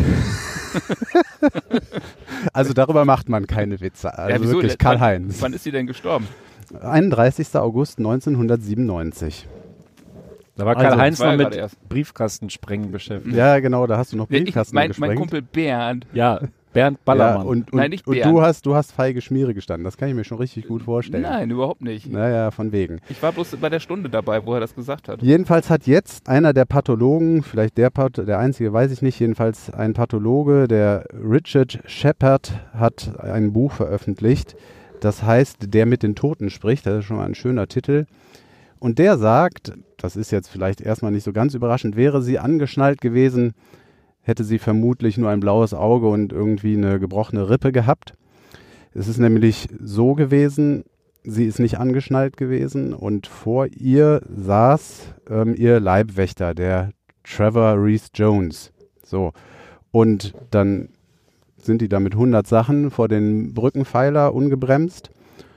Also darüber macht man keine Witze. Also ja, wieso? wirklich Karl-Heinz. Wann, wann ist sie denn gestorben? einunddreißigster August neunzehnhundertsiebenundneunzig. Da war Also, Karl-Heinz war noch ja mit erst. Briefkastensprengen beschäftigt. Ja, genau, da hast du noch Nee, ich, Briefkasten mein, gesprengt. mein Kumpel Bernd. Ja, Bernd Ja, Ballermann. und, und, Nein, nicht und Bernd. du hast, du hast feige Schmiere gestanden. Das kann ich mir schon richtig gut vorstellen. Nein, überhaupt nicht. Naja, von wegen. Ich war bloß bei der Stunde dabei, wo er das gesagt hat. Jedenfalls hat jetzt einer der Pathologen, vielleicht der, Path- der einzige, weiß ich nicht, jedenfalls ein Pathologe, der Richard Shepard, hat ein Buch veröffentlicht. Das heißt, der mit den Toten spricht. Das ist schon mal ein schöner Titel. Und der sagt, das ist jetzt vielleicht erstmal nicht so ganz überraschend, wäre sie angeschnallt gewesen, hätte sie vermutlich nur ein blaues Auge und irgendwie eine gebrochene Rippe gehabt. Es ist nämlich so gewesen, sie ist nicht angeschnallt gewesen und vor ihr saß ähm, ihr Leibwächter, der Trevor Rees Jones. So. Und dann sind die da mit hundert Sachen vor den Brückenpfeiler ungebremst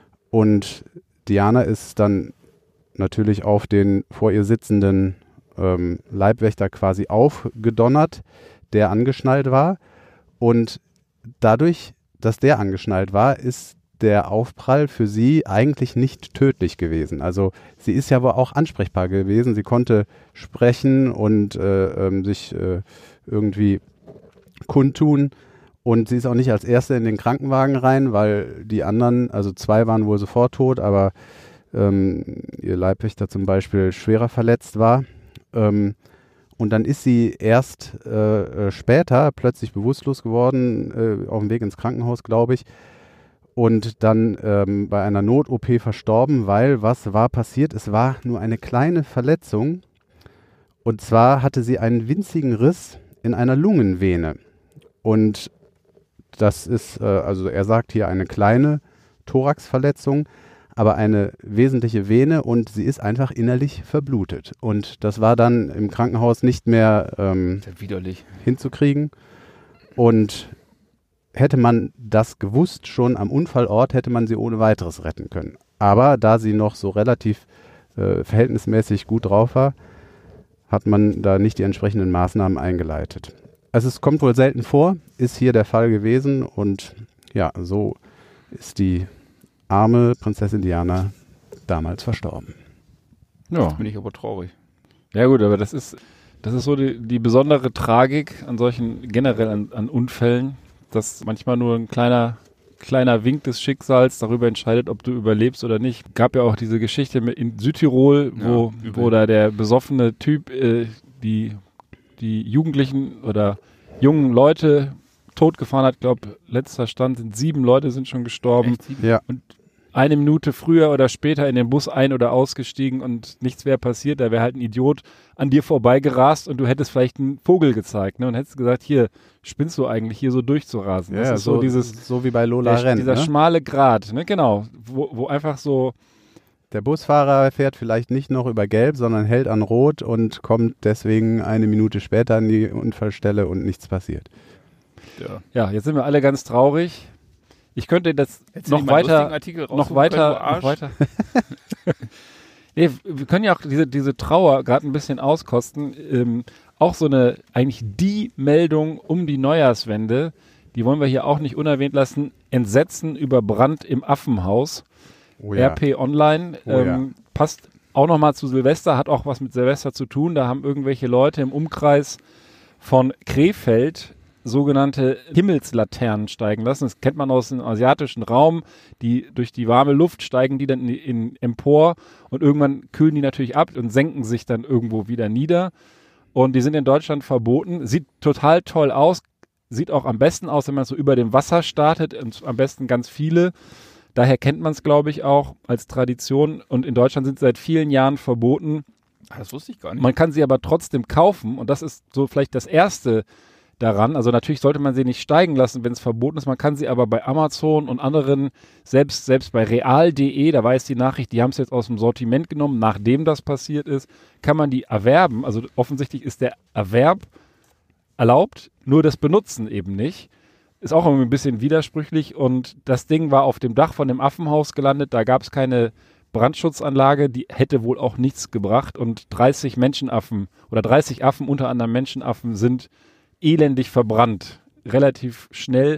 und Diana ist dann natürlich auf den vor ihr sitzenden ähm, Leibwächter quasi aufgedonnert, der angeschnallt war. Und dadurch, dass der angeschnallt war, ist der Aufprall für sie eigentlich nicht tödlich gewesen. Also sie ist ja wohl auch ansprechbar gewesen. Sie konnte sprechen und äh, ähm, sich äh, irgendwie kundtun. Und sie ist auch nicht als Erste in den Krankenwagen rein, weil die anderen, also zwei waren wohl sofort tot, aber ähm, ihr Leibwächter zum Beispiel schwerer verletzt war. Ähm, und dann ist sie erst äh, später plötzlich bewusstlos geworden, äh, auf dem Weg ins Krankenhaus, glaube ich, und dann ähm, bei einer Not-O P verstorben, weil was war passiert? Es war nur eine kleine Verletzung. Und zwar hatte sie einen winzigen Riss in einer Lungenvene. Und das ist, äh, also er sagt hier eine kleine Thoraxverletzung, aber eine wesentliche Vene und sie ist einfach innerlich verblutet. Und das war dann im Krankenhaus nicht mehr ähm, widerlich hinzukriegen. Und hätte man das gewusst, schon am Unfallort, hätte man sie ohne weiteres retten können. Aber da sie noch so relativ äh, verhältnismäßig gut drauf war, hat man da nicht die entsprechenden Maßnahmen eingeleitet. Also es kommt wohl selten vor, ist hier der Fall gewesen und ja, so ist die arme Prinzessin Diana damals verstorben. Ja. Jetzt bin ich aber traurig. Ja gut, aber das ist, das ist so die, die besondere Tragik an solchen, generell an, an Unfällen, dass manchmal nur ein kleiner, kleiner Wink des Schicksals darüber entscheidet, ob du überlebst oder nicht. Gab ja auch diese Geschichte mit in Südtirol, wo, Ja, wo da der besoffene Typ äh, die, die Jugendlichen oder jungen Leute totgefahren hat. Ich glaube, letzter Stand sind sieben Leute sind schon gestorben. Echt? Sieben? Ja. Und eine Minute früher oder später in den Bus ein- oder ausgestiegen und nichts wäre passiert. Da wäre halt ein Idiot an dir vorbeigerast und du hättest vielleicht einen Vogel gezeigt, ne? Und hättest gesagt, hier, spinnst du eigentlich hier so durchzurasen? Das Ja, ist so, so, dieses, so wie bei Lola der, Renn. dieser Ne? schmale Grat, ne? Genau, wo, wo einfach so, Der Busfahrer fährt vielleicht nicht noch über Gelb, sondern hält an Rot und kommt deswegen eine Minute später an die Unfallstelle und nichts passiert. Ja. ja, jetzt sind wir alle ganz traurig. Ich könnte das Hättest du noch nicht mal einen lustigen weiter, Artikel noch raussuchen weiter, können, du noch Arsch? weiter. Nee, wir können ja auch diese, diese Trauer gerade ein bisschen auskosten. Ähm, auch so eine, eigentlich die Meldung um die Neujahrswende, die wollen wir hier auch nicht unerwähnt lassen. Entsetzen über Brand im Affenhaus. Oh R P Online Oh ähm, ja. passt auch nochmal zu Silvester, hat auch was mit Silvester zu tun. Da haben irgendwelche Leute im Umkreis von Krefeld sogenannte Himmelslaternen steigen lassen. Das kennt man aus dem asiatischen Raum. Die durch die warme Luft steigen die dann in, in empor und irgendwann kühlen die natürlich ab und senken sich dann irgendwo wieder nieder. Und die sind in Deutschland verboten. Sieht total toll aus. Sieht auch am besten aus, wenn man so über dem Wasser startet und am besten ganz viele. Daher kennt man es, glaube ich, auch als Tradition. Und in Deutschland sind sie seit vielen Jahren verboten. Das wusste ich gar nicht. Man kann sie aber trotzdem kaufen. Und das ist so vielleicht das Erste daran. Also natürlich sollte man sie nicht steigen lassen, wenn es verboten ist. Man kann sie aber bei Amazon und anderen, selbst, selbst bei real punkt de, da war jetzt die Nachricht, die haben es jetzt aus dem Sortiment genommen, nachdem das passiert ist, kann man die erwerben. Also offensichtlich ist der Erwerb erlaubt, nur das Benutzen eben nicht. Ist auch irgendwie ein bisschen widersprüchlich und das Ding war auf dem Dach von dem Affenhaus gelandet, da gab es keine Brandschutzanlage, die hätte wohl auch nichts gebracht und dreißig Menschenaffen oder dreißig Affen, unter anderem Menschenaffen, sind elendig verbrannt, relativ schnell.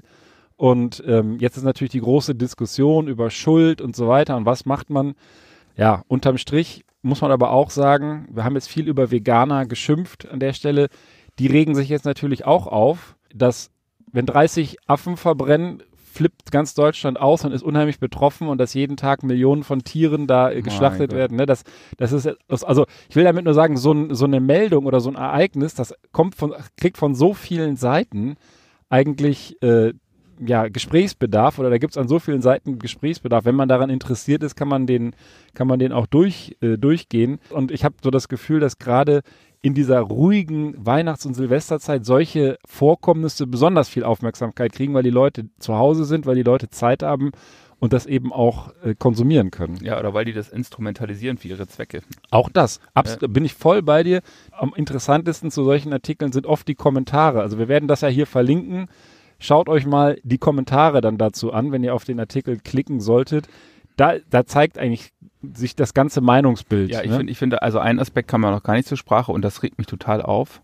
Und ähm, jetzt ist natürlich die große Diskussion über Schuld und so weiter und was macht man. Ja, unterm Strich muss man aber auch sagen, wir haben jetzt viel über Veganer geschimpft an der Stelle. Die regen sich jetzt natürlich auch auf, dass wenn dreißig Affen verbrennen, flippt ganz Deutschland aus und ist unheimlich betroffen und dass jeden Tag Millionen von Tieren da äh, geschlachtet werden. Ne? Das, das ist, das, also ich will damit nur sagen, so, ein, so eine Meldung oder so ein Ereignis, das kommt von, kriegt von so vielen Seiten eigentlich äh, ja, Gesprächsbedarf oder da gibt es an so vielen Seiten Gesprächsbedarf. Wenn man daran interessiert ist, kann man den, kann man den auch durch, äh, durchgehen. Und ich habe so das Gefühl, dass gerade in dieser ruhigen Weihnachts- und Silvesterzeit solche Vorkommnisse besonders viel Aufmerksamkeit kriegen, weil die Leute zu Hause sind, weil die Leute Zeit haben und das eben auch äh, konsumieren können. Ja, oder weil die das instrumentalisieren für ihre Zwecke. Auch das. Abs- Ja. Bin ich voll bei dir. Am interessantesten zu solchen Artikeln sind oft die Kommentare. Also wir werden das ja hier verlinken. Schaut euch mal die Kommentare dann dazu an, wenn ihr auf den Artikel klicken solltet. Da, da zeigt eigentlich sich das ganze Meinungsbild. Ja, ich ne? finde, ich finde, also einen Aspekt kam ja noch gar nicht zur Sprache und das regt mich total auf.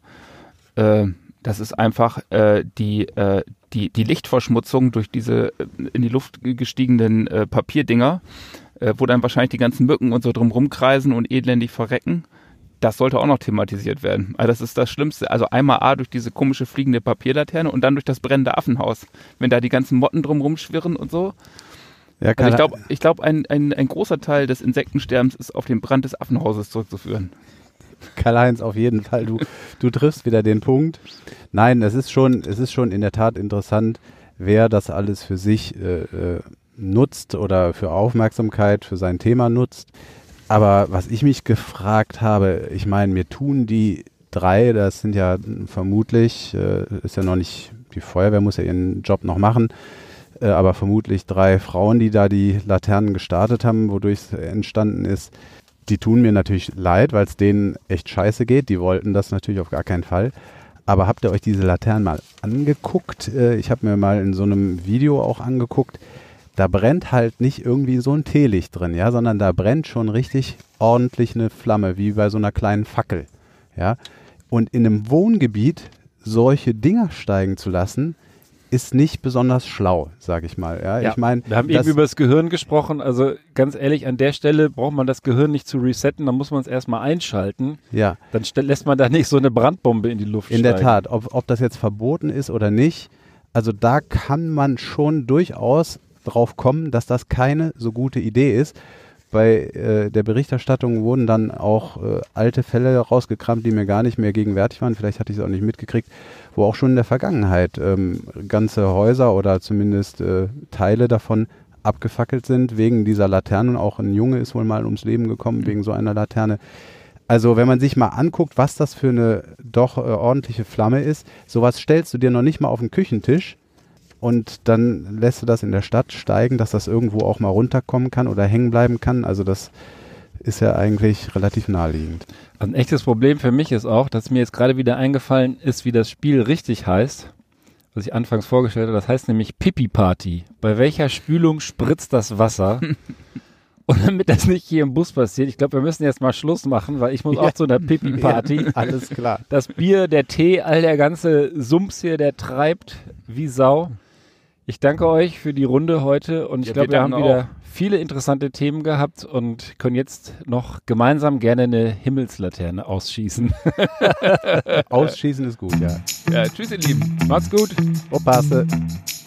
Äh, das ist einfach äh, die, äh, die, die Lichtverschmutzung durch diese äh, in die Luft gestiegenen äh, Papierdinger, äh, wo dann wahrscheinlich die ganzen Mücken und so drum rumkreisen und elendig verrecken. Das sollte auch noch thematisiert werden. Also das ist das Schlimmste. Also einmal A durch diese komische fliegende Papierlaterne und dann durch das brennende Affenhaus. Wenn da die ganzen Motten drum rumschwirren und so. Ja, Also ich glaube, ich glaub, ein, ein, ein großer Teil des Insektensterbens ist auf den Brand des Affenhauses zurückzuführen. Karl-Heinz, auf jeden Fall, du, du triffst wieder den Punkt. Nein, es ist schon, es ist schon in der Tat interessant, wer das alles für sich äh, äh, nutzt oder für Aufmerksamkeit für sein Thema nutzt. Aber was ich mich gefragt habe, ich meine, mir tun die drei, das sind ja vermutlich, äh, ist ja noch nicht, die Feuerwehr muss ja ihren Job noch machen, äh, aber vermutlich drei Frauen, die da die Laternen gestartet haben, wodurch es entstanden ist, die tun mir natürlich leid, weil es denen echt scheiße geht. Die wollten das natürlich auf gar keinen Fall. Aber habt ihr euch diese Laternen mal angeguckt? Äh, ich habe mir mal in so einem Video auch angeguckt. Da brennt halt nicht irgendwie so ein Teelicht drin, ja, sondern da brennt schon richtig ordentlich eine Flamme, wie bei so einer kleinen Fackel, ja. Und in einem Wohngebiet solche Dinger steigen zu lassen, ist nicht besonders schlau, sage ich mal. Ja, Ja, ich meine, wir haben eben über das Gehirn gesprochen. Also ganz ehrlich, an der Stelle braucht man das Gehirn nicht zu resetten, dann muss man es erstmal einschalten. ja, Dann st- lässt man da nicht so eine Brandbombe in die Luft in steigen. der Tat, ob, ob das jetzt verboten ist oder nicht, also da kann man schon durchaus drauf kommen, dass das keine so gute Idee ist. Bei äh, der Berichterstattung wurden dann auch äh, alte Fälle rausgekramt, die mir gar nicht mehr gegenwärtig waren. Vielleicht hatte ich es auch nicht mitgekriegt, wo auch schon in der Vergangenheit ähm, ganze Häuser oder zumindest äh, Teile davon abgefackelt sind wegen dieser Laternen. Auch ein Junge ist wohl mal ums Leben gekommen wegen so einer Laterne. Also wenn man sich mal anguckt, was das für eine doch äh, ordentliche Flamme ist, sowas stellst du dir noch nicht mal auf den Küchentisch. Und dann lässt du das in der Stadt steigen, dass das irgendwo auch mal runterkommen kann oder hängen bleiben kann. Also das ist ja eigentlich relativ naheliegend. Also ein echtes Problem für mich ist auch, dass mir jetzt gerade wieder eingefallen ist, wie das Spiel richtig heißt, was ich anfangs vorgestellt habe. Das heißt nämlich Pipi-Party. Bei welcher Spülung spritzt das Wasser? Und damit das nicht hier im Bus passiert, ich glaube, wir müssen jetzt mal Schluss machen, weil ich muss auch zu einer Pipi-Party. Ja, alles klar. Das Bier, der Tee, all der ganze Sumps hier, der treibt wie Sau. Ich danke euch für die Runde heute und ich Ja, glaube, wir wir haben danken wieder viele interessante Themen gehabt und können jetzt noch gemeinsam gerne eine Himmelslaterne ausschießen. Ausschießen ist gut, ja. Ja, tschüss, ihr Lieben. Macht's gut. Opasse.